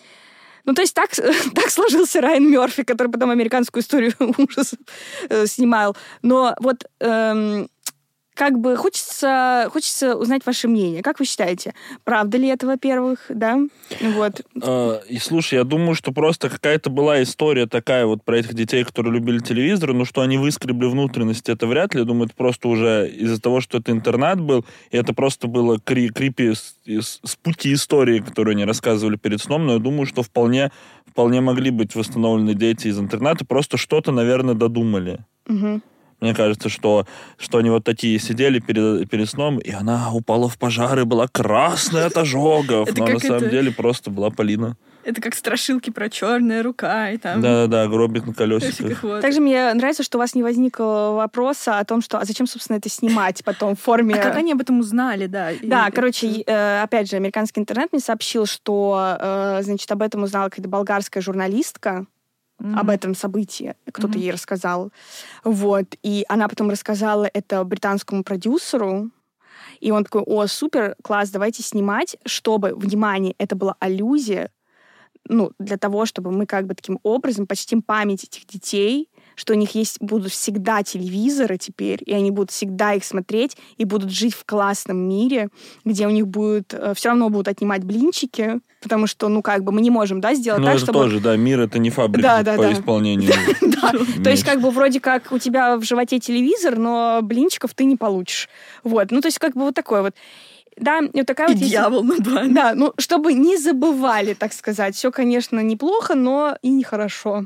Ну, то есть так, так сложился Райан Мёрфи, который потом американскую историю ужасов э, снимал. Но вот эм, как бы хочется, хочется узнать ваше мнение. Как вы считаете, правда ли это, во-первых, да? Вот. Э, И слушай, я думаю, что просто какая-то была история такая вот про этих детей, которые любили телевизор, но что они выскребли внутренности, это вряд ли. Я думаю, это просто уже из-за того, что это интернат был, и это просто было кри- крипи с, с- с пути истории, которые они рассказывали перед сном, но я думаю, что вполне, вполне могли быть восстановлены дети из интерната, просто что-то, наверное, додумали. Угу. Мне кажется, что, что они вот такие сидели перед, перед сном, и она упала в пожар и была красная от ожогов. Это Но на как самом это- деле просто была Полина. Это как страшилки про черная рука и там... Да-да-да, гробик на всяких колесиках. вот. Также мне нравится, что у вас не возникло вопроса о том, что а зачем, собственно, это снимать потом в форме... А как они об этом узнали, да? И Да, это- короче, э, опять же, американский интернет мне сообщил, что, э, значит, об этом узнала какая-то болгарская журналистка, Мгм. об этом событии. Кто-то Мгм. ей рассказал. Вот. И она потом рассказала это британскому продюсеру. И он такой: о, супер, класс, давайте снимать, чтобы, внимание, это была аллюзия, ну, для того, чтобы мы как бы таким образом почтим память этих детей, что у них есть, будут всегда телевизоры теперь, и они будут всегда их смотреть, и будут жить в классном мире, где у них будет, э, все равно будут отнимать блинчики, потому что, ну, как бы мы не можем, да, сделать Ну, так, это чтобы... тоже, да, мир — это не фабрика Да, да, по да. исполнению. Да, то есть Меч. как бы вроде как у тебя в животе телевизор, но блинчиков ты не получишь. Вот, ну то есть как бы вот такое вот. Да, и вот такая И вот есть- дьявол над вами. Да, ну чтобы не забывали, так сказать. Все, конечно, неплохо, но и нехорошо.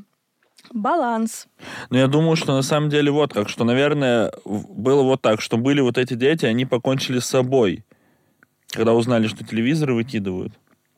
Баланс. Но я думаю, что на самом деле вот как, что, наверное, в- было вот так, что были вот эти дети, они покончили с собой, когда узнали, что телевизоры выкидывают.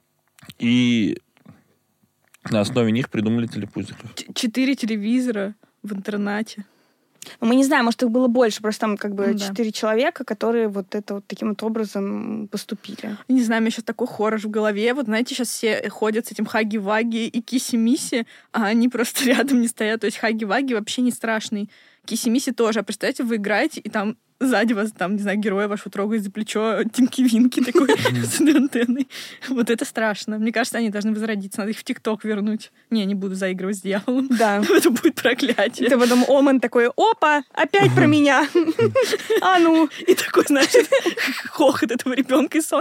И на основе них придумали телепузиков. Ч- Четыре телевизора в интернате. Мы не знаем, может, их было больше, просто там как бы Ну да. четыре человека, которые вот это вот таким вот образом поступили. Не знаю, у меня сейчас такой хоррор в голове. Вот знаете, сейчас все ходят с этим Хаги-Ваги и Киси-Миси, а они просто рядом не стоят. То есть Хаги-Ваги вообще не страшный. Киси-Миси тоже. А представьте, вы играете, и там сзади вас, там, не знаю, героя вашего трогает за плечо Тинки-Винки такой с антенной. Вот это страшно. Мне кажется, они должны возродиться. Надо их в ТикТок вернуть. Не, не буду заигрывать с дьяволом. Да. Это будет проклятие. Ты потом Оман такой: опа, опять про меня. А ну. И такой, знаешь, хохот этого ребенка и сон.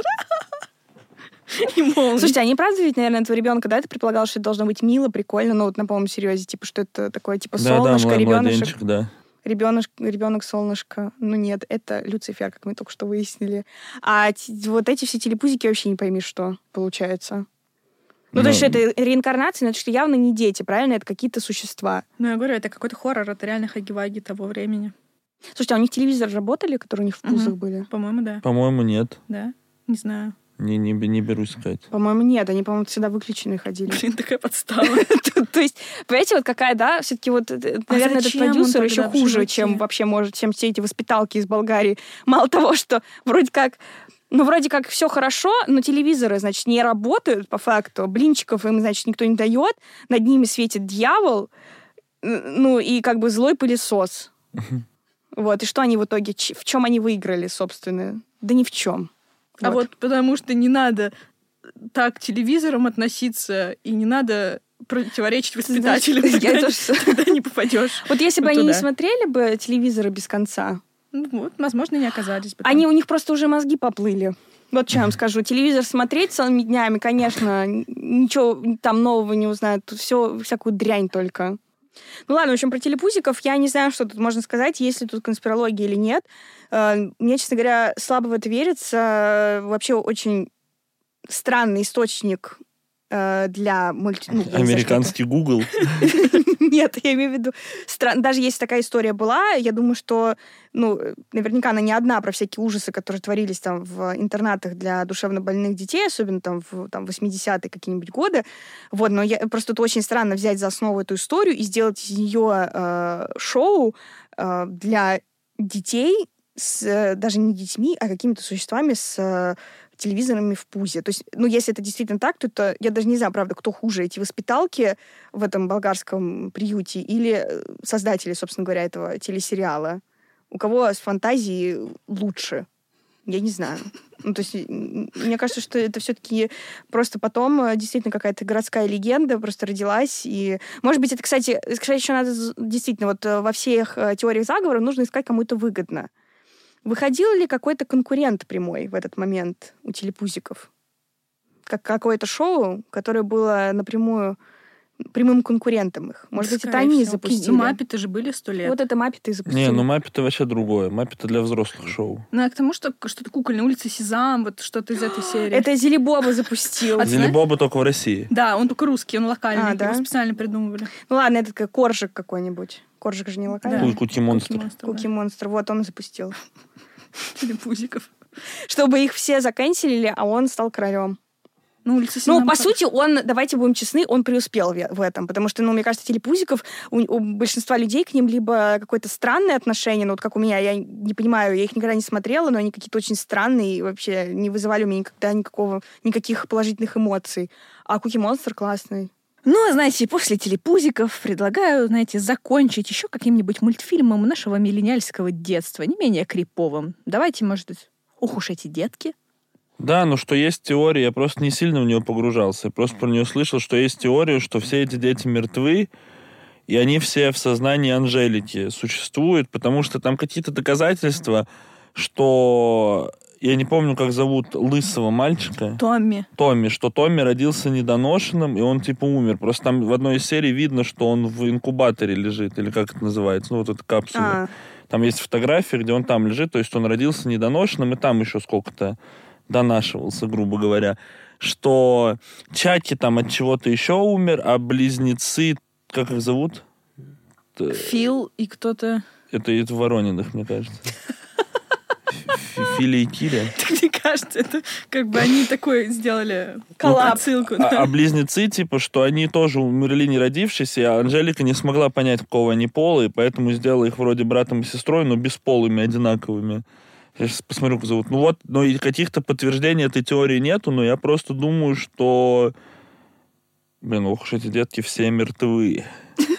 И молния. Слушайте, они правда ведь, наверное, этого ребенка, да, ты предполагал, что это должно быть мило, прикольно, но вот на полном серьезе, типа, что это такое, типа, Да-да, солнышко, мла- ребеночек, младенчик, да. ребенок, ребенок, солнышко. Ну нет, это Люцифер, как мы только что выяснили. А т- вот эти все телепузики вообще не пойми, что получается. Ну, то Ну, есть что это реинкарнация, но это что явно не дети, правильно? Это какие-то существа. Ну, я говорю, это какой-то хоррор, это реально Хаги-Ваги того времени. Слушайте, а у них телевизор работали, которые у них в Мгм. пузах были? По-моему, да. По-моему, нет. Да? Не знаю. Не, не, не берусь сказать. По-моему, нет. Они, по-моему, всегда выключенные ходили. Блин, такая подстава. То есть, понимаете, вот какая, да, все-таки вот, э, наверное, этот зачем он продюсер тогда еще в хуже, животе? чем вообще может, чем все эти воспиталки из Болгарии. Мало того, что вроде как, ну, вроде как все хорошо, но телевизоры, значит, не работают по факту, блинчиков им, значит, никто не дает, над ними светит дьявол, н- ну, и как бы злой пылесос. Вот, и что они в итоге, ч- в чем они выиграли, собственно? Да ни в чем. А вот потому что не надо так к телевизорам относиться, и не надо противоречить воспитателям. Знаешь, я Тогда тоже- тогда не попадешь. Вот если бы вот они не туда. смотрели бы телевизоры без конца, Ну вот, возможно, не оказались бы там. они, у них просто уже мозги поплыли. Вот что я вам скажу. Телевизор смотреть целыми днями, конечно, н- ничего там нового не узнают. Тут все, всякую дрянь только. Ну ладно, в общем, про телепузиков я не знаю, что тут можно сказать, есть ли тут конспирология или нет. Э, Мне, честно говоря, слабо в это верится. Вообще очень странный источник э, для мульти... ну, я не знаю, что это. Американский Google. Нет, я имею в виду... стран- Даже если такая история была, я думаю, что, ну, наверняка она не одна про всякие ужасы, которые творились там в интернатах для душевнобольных детей, особенно там в там, восьмидесятые какие-нибудь годы. Вот, но я, просто это очень странно взять за основу эту историю и сделать из нее э, шоу э, для детей, с, э, даже не детьми, а какими-то существами с э, телевизорами в пузе. То есть, ну, если это действительно так, то это, я даже не знаю, правда, кто хуже, эти воспиталки в этом болгарском приюте или э, создатели, собственно говоря, этого телесериала. у кого с фантазией лучше. Я не знаю. Ну, то есть, мне кажется, что это все-таки просто потом действительно какая-то городская легенда просто родилась. И, может быть, это, кстати, кстати, еще надо действительно вот во всех теориях заговора нужно искать, кому это выгодно. Выходил ли какой-то конкурент прямой в этот момент у телепузиков? Как какое-то шоу, которое было напрямую прямым конкурентом их. Может быть, это они запустили. Ну, Маппеты же были сто лет. Вот это Маппеты запустили. Не, ну Маппеты вообще другое. Маппеты для взрослых шоу. Ну, а к тому, что что-то кукольное, улица Сезам, вот что-то из этой серии. Это Зили Боба запустил. Зили Боба только в России. Да, он только русский, он локальный. А, да? Его специально придумывали. Ну ладно, это как Коржик какой-нибудь. Коржик же не локальный. Да. Куки-монстр. Куки-монстр. Вот он запустил. Телепузиков. Чтобы их все заканчивали, а он стал королем. Ну, ну, по сути, он, давайте будем честны, он преуспел в этом, потому что, ну, мне кажется, телепузиков, у, у большинства людей к ним либо какое-то странное отношение, ну, вот как у меня, я не понимаю, я их никогда не смотрела, но они какие-то очень странные и вообще не вызывали у меня никогда никакого, никаких положительных эмоций. А Куки Монстр классный. Ну, знаете, после телепузиков предлагаю, знаете, закончить еще каким-нибудь мультфильмом нашего миллениальского детства, не менее криповым. Давайте, может быть, ух уж эти детки. Да, ну что есть теория, я просто не сильно в нее погружался. Я просто про нее слышал, что есть теория, что все эти дети мертвы, и они все в сознании Анжелики существуют, потому что там какие-то доказательства, что... Я не помню, как зовут лысого мальчика. Томми. Томми, что Томми родился недоношенным, и он типа умер. Просто там в одной из серий видно, что он в инкубаторе лежит, или как это называется, ну вот эта капсула. А. Там есть фотография, где он там лежит, то есть он родился недоношенным, и там еще сколько-то донашивался, грубо говоря, что Чаки там от чего-то еще умер, а близнецы, как их зовут? Фил и кто-то... Это из Ворониных, мне кажется. Филя и Киря. Мне кажется, это как бы они такой сделали отсылку. А, а близнецы, типа, что они тоже умерли не родившись, и Анжелика не смогла понять, какого они пола, и поэтому сделала их вроде братом и сестрой, но бесполыми, одинаковыми. Я сейчас посмотрю, как зовут. Ну вот, но и каких-то подтверждений этой теории нету, но я просто думаю, что... Блин, ох уж эти детки все мертвы.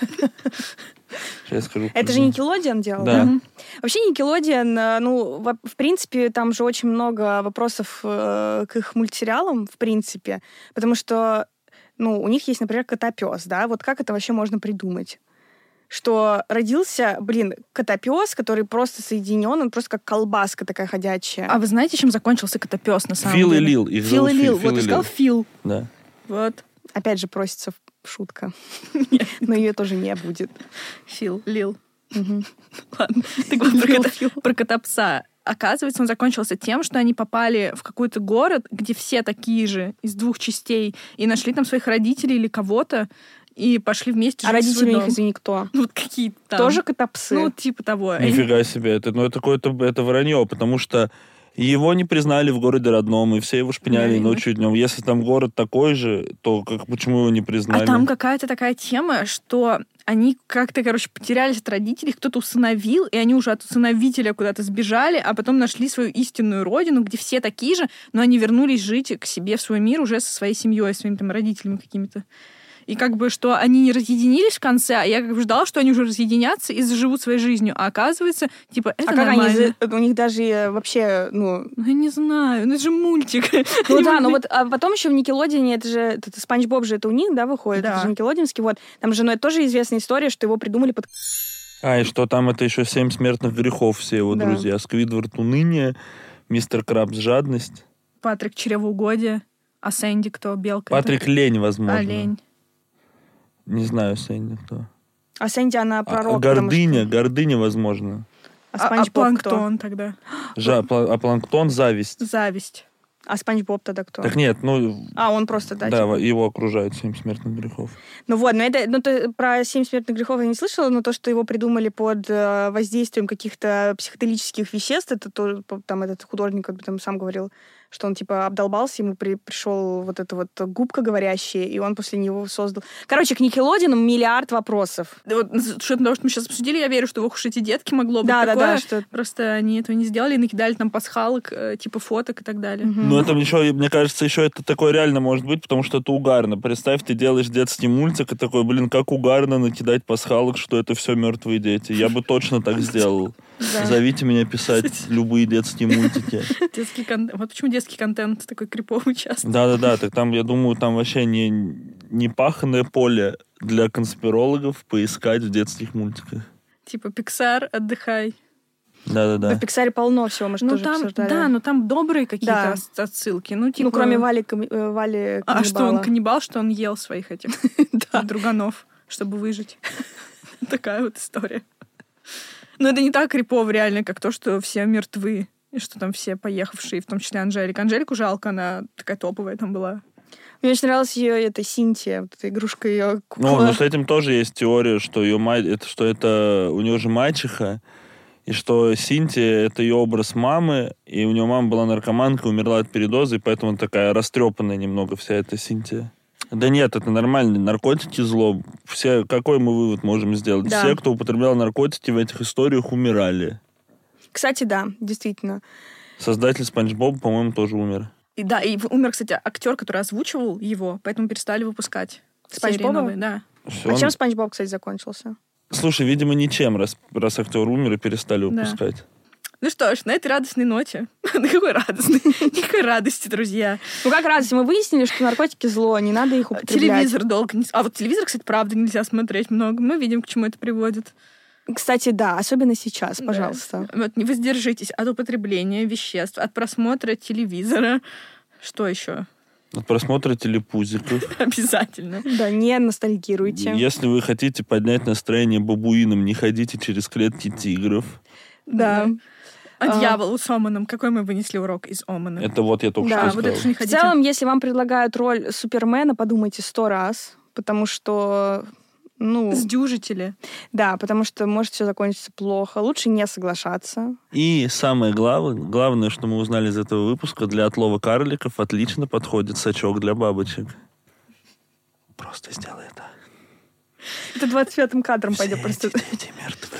Сейчас скажу. Это же Никелодиан делал, да? да? Вообще Никелодиан, ну, в принципе, там же очень много вопросов к их мультсериалам, в принципе, потому что, ну, у них есть, например, Котопес, да? Вот как это вообще можно придумать? Что родился, блин, Котопес, который просто соединен, он просто как колбаска такая ходячая. А вы знаете, чем закончился Котопес на самом Фил деле? Фил и Лил. Их Фил и Лил. Вот ты сказал Фил. Да. Вот. Опять же просится шутка. Но ее тоже не будет. Фил, Лил. Ладно. Так вот, про Котопса. Оказывается, он закончился тем, что они попали в какой-то город, где все такие же, из двух частей, и нашли там своих родителей или кого-то, и пошли вместе жить а родители в свой у них, дом. извини, кто? Вот какие-то там. Тоже котопсы? Ну, типа того. Нифига себе. Это, ну, это какое-то это вранье, потому что его не признали в городе родном, и все его шпиняли ночью и днем. Если там город такой же, то как, почему его не признали? А там какая-то такая тема, что они как-то, короче, потерялись от родителей, кто-то усыновил, и они уже от усыновителя куда-то сбежали, а потом нашли свою истинную родину, где все такие же, но они вернулись жить к себе в свой мир уже со своей семьей, своими там родителями какими-то. И как бы, что они не разъединились в конце, а я как бы ждала, что они уже разъединятся и заживут своей жизнью. А оказывается, типа, это а как нормально. Они, у них даже вообще, ну... Я не знаю, ну это же мультик. Ну да, но вот а потом еще в Никелодиане, это же, это Спанч Боб же это у них, да, выходит? Да. Это же Никелодианский, вот. Там же, ну это тоже известная история, что его придумали под... А, и что там это еще семь смертных грехов все его да. друзья. Сквидвард уныние, мистер Крабс жадность. Патрик чревоугодие, а Сэнди кто? Белка? Патрик это? Лень, возможно. А, лень. Не знаю, Сэнди кто. А Сэнди, она пророк. А, гордыня, что... гордыня, возможно. А, а, а планктон кто? Тогда? Жа, а планктон зависть. Зависть. А Спанч Боб тогда кто? Так нет, ну... А, он просто, да? Да, типа. Его окружают семь смертных грехов. Ну вот, но это, ну, то, про семь смертных грехов я не слышала, но то, что его придумали под э, воздействием каких-то психоделических веществ, это тоже, там этот художник как бы там сам говорил, что он, типа, обдолбался, ему при, пришел вот эта вот губка говорящая, и он после него создал... Короче, к Никелодеону миллиард вопросов. Да вот, что того, что мы сейчас обсудили, я верю, что ох уж эти детки могло быть да, такое. Да, да, что... Просто они этого не сделали и накидали там пасхалок, типа фоток и так далее. Угу. Ну, это еще, мне кажется, еще это такое реально может быть, потому что это угарно. Представь, ты делаешь детский мультик, и такой, блин, как угарно накидать пасхалок, что это все мертвые дети. Я бы точно так сделал. Зовите меня писать любые детские мультики. Детский контент. Вот почему детский контент такой криповый часто. Да-да-да, так там, я думаю, там вообще не, не паханное поле для конспирологов поискать в детских мультиках. Типа Pixar, отдыхай. Да-да-да. В Pixar полно всего, мы же ну, тоже там, обсуждали. Да, но там добрые какие-то да. отсылки. Ну, типа... ну, кроме Вали, э, Вали А что, он каннибал, что он ел своих этих друганов, чтобы выжить? Такая вот история. Но это не так крипово реально, как то, что все мертвы, и что там все поехавшие, в том числе Анжелика. Анжелику жалко, она такая топовая там была. Мне очень нравилась ее эта Синтия, вот эта игрушка ее кукла. Ну, но с этим тоже есть теория, что ее мать, это, что это у нее же мачеха, и что Синтия — это ее образ мамы, и у нее мама была наркоманка, умерла от передоза, и поэтому она такая растрепанная немного вся эта Синтия. Да нет, это нормально. Наркотики — зло. Все, какой мы вывод можем сделать? Да. Все, кто употреблял наркотики в этих историях, умирали. Кстати, да, действительно. Создатель Спанч Боба, по-моему, тоже умер. И да, и умер, кстати, актер, который озвучивал его, поэтому перестали выпускать Спанч серии Боба? новые. Да. Все, А он... чем Спанч Боб, кстати, закончился? Слушай, видимо, ничем, раз, раз актер умер и перестали Да. выпускать. Ну что ж, на этой радостной ноте. На какой радостной? Никакой радости, друзья. Ну как радость? Мы выяснили, что наркотики зло, не надо их употреблять. Телевизор долго не... А вот телевизор, кстати, правда, нельзя смотреть много. Мы видим, к чему это приводит. Кстати, да, особенно сейчас, пожалуйста. Да. Вот, не воздержитесь от употребления веществ, от просмотра телевизора. Что еще? От просмотра телепузиков. Обязательно. Да, не ностальгируйте. Если вы хотите поднять настроение бабуинам, не ходите через клетки тигров. Да. А, А дьяволу с Оманом. Какой мы вынесли урок из Омана? Это вот я только да, что вот сказал. это же не В хотите. целом, если вам предлагают роль Супермена, подумайте сто раз, потому что, ну... Сдюжители. Да, потому что может все закончиться плохо. Лучше не соглашаться. И самое главное, главное, что мы узнали из этого выпуска, для отлова карликов отлично подходит сачок для бабочек. Просто сделай это. Это двадцать пятым кадром пойдет просто. Эти мертвые.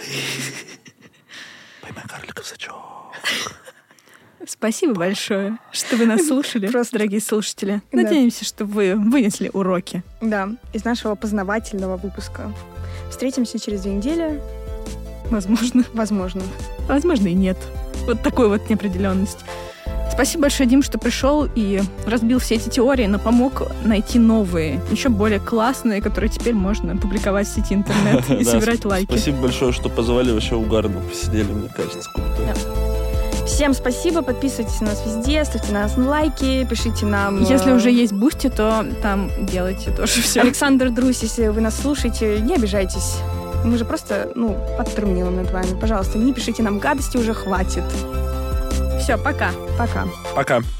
Поймай карликов в сачок. Спасибо большое, что вы нас слушали, Просто. дорогие слушатели. Да. Надеемся, что вы вынесли уроки. Да, из нашего познавательного выпуска. Встретимся через две недели. Возможно. Возможно. Возможно, и нет. Вот такой вот неопределенность. Спасибо большое, Дим, что пришел и разбил все эти теории, но помог найти новые, еще более классные, которые теперь можно публиковать в сети интернет и собирать лайки. Спасибо большое, что позвали. Вообще угарно посидели, мне кажется. Круто. Всем спасибо, подписывайтесь на нас везде, ставьте на нас лайки, пишите нам... Если уже есть Бусти, то там делайте тоже все. Александр Друзь, если вы нас слушаете, не обижайтесь. Мы же просто, ну, подтруниваем над вами. Пожалуйста, не пишите нам гадости, уже хватит. Все, пока. Пока. Пока.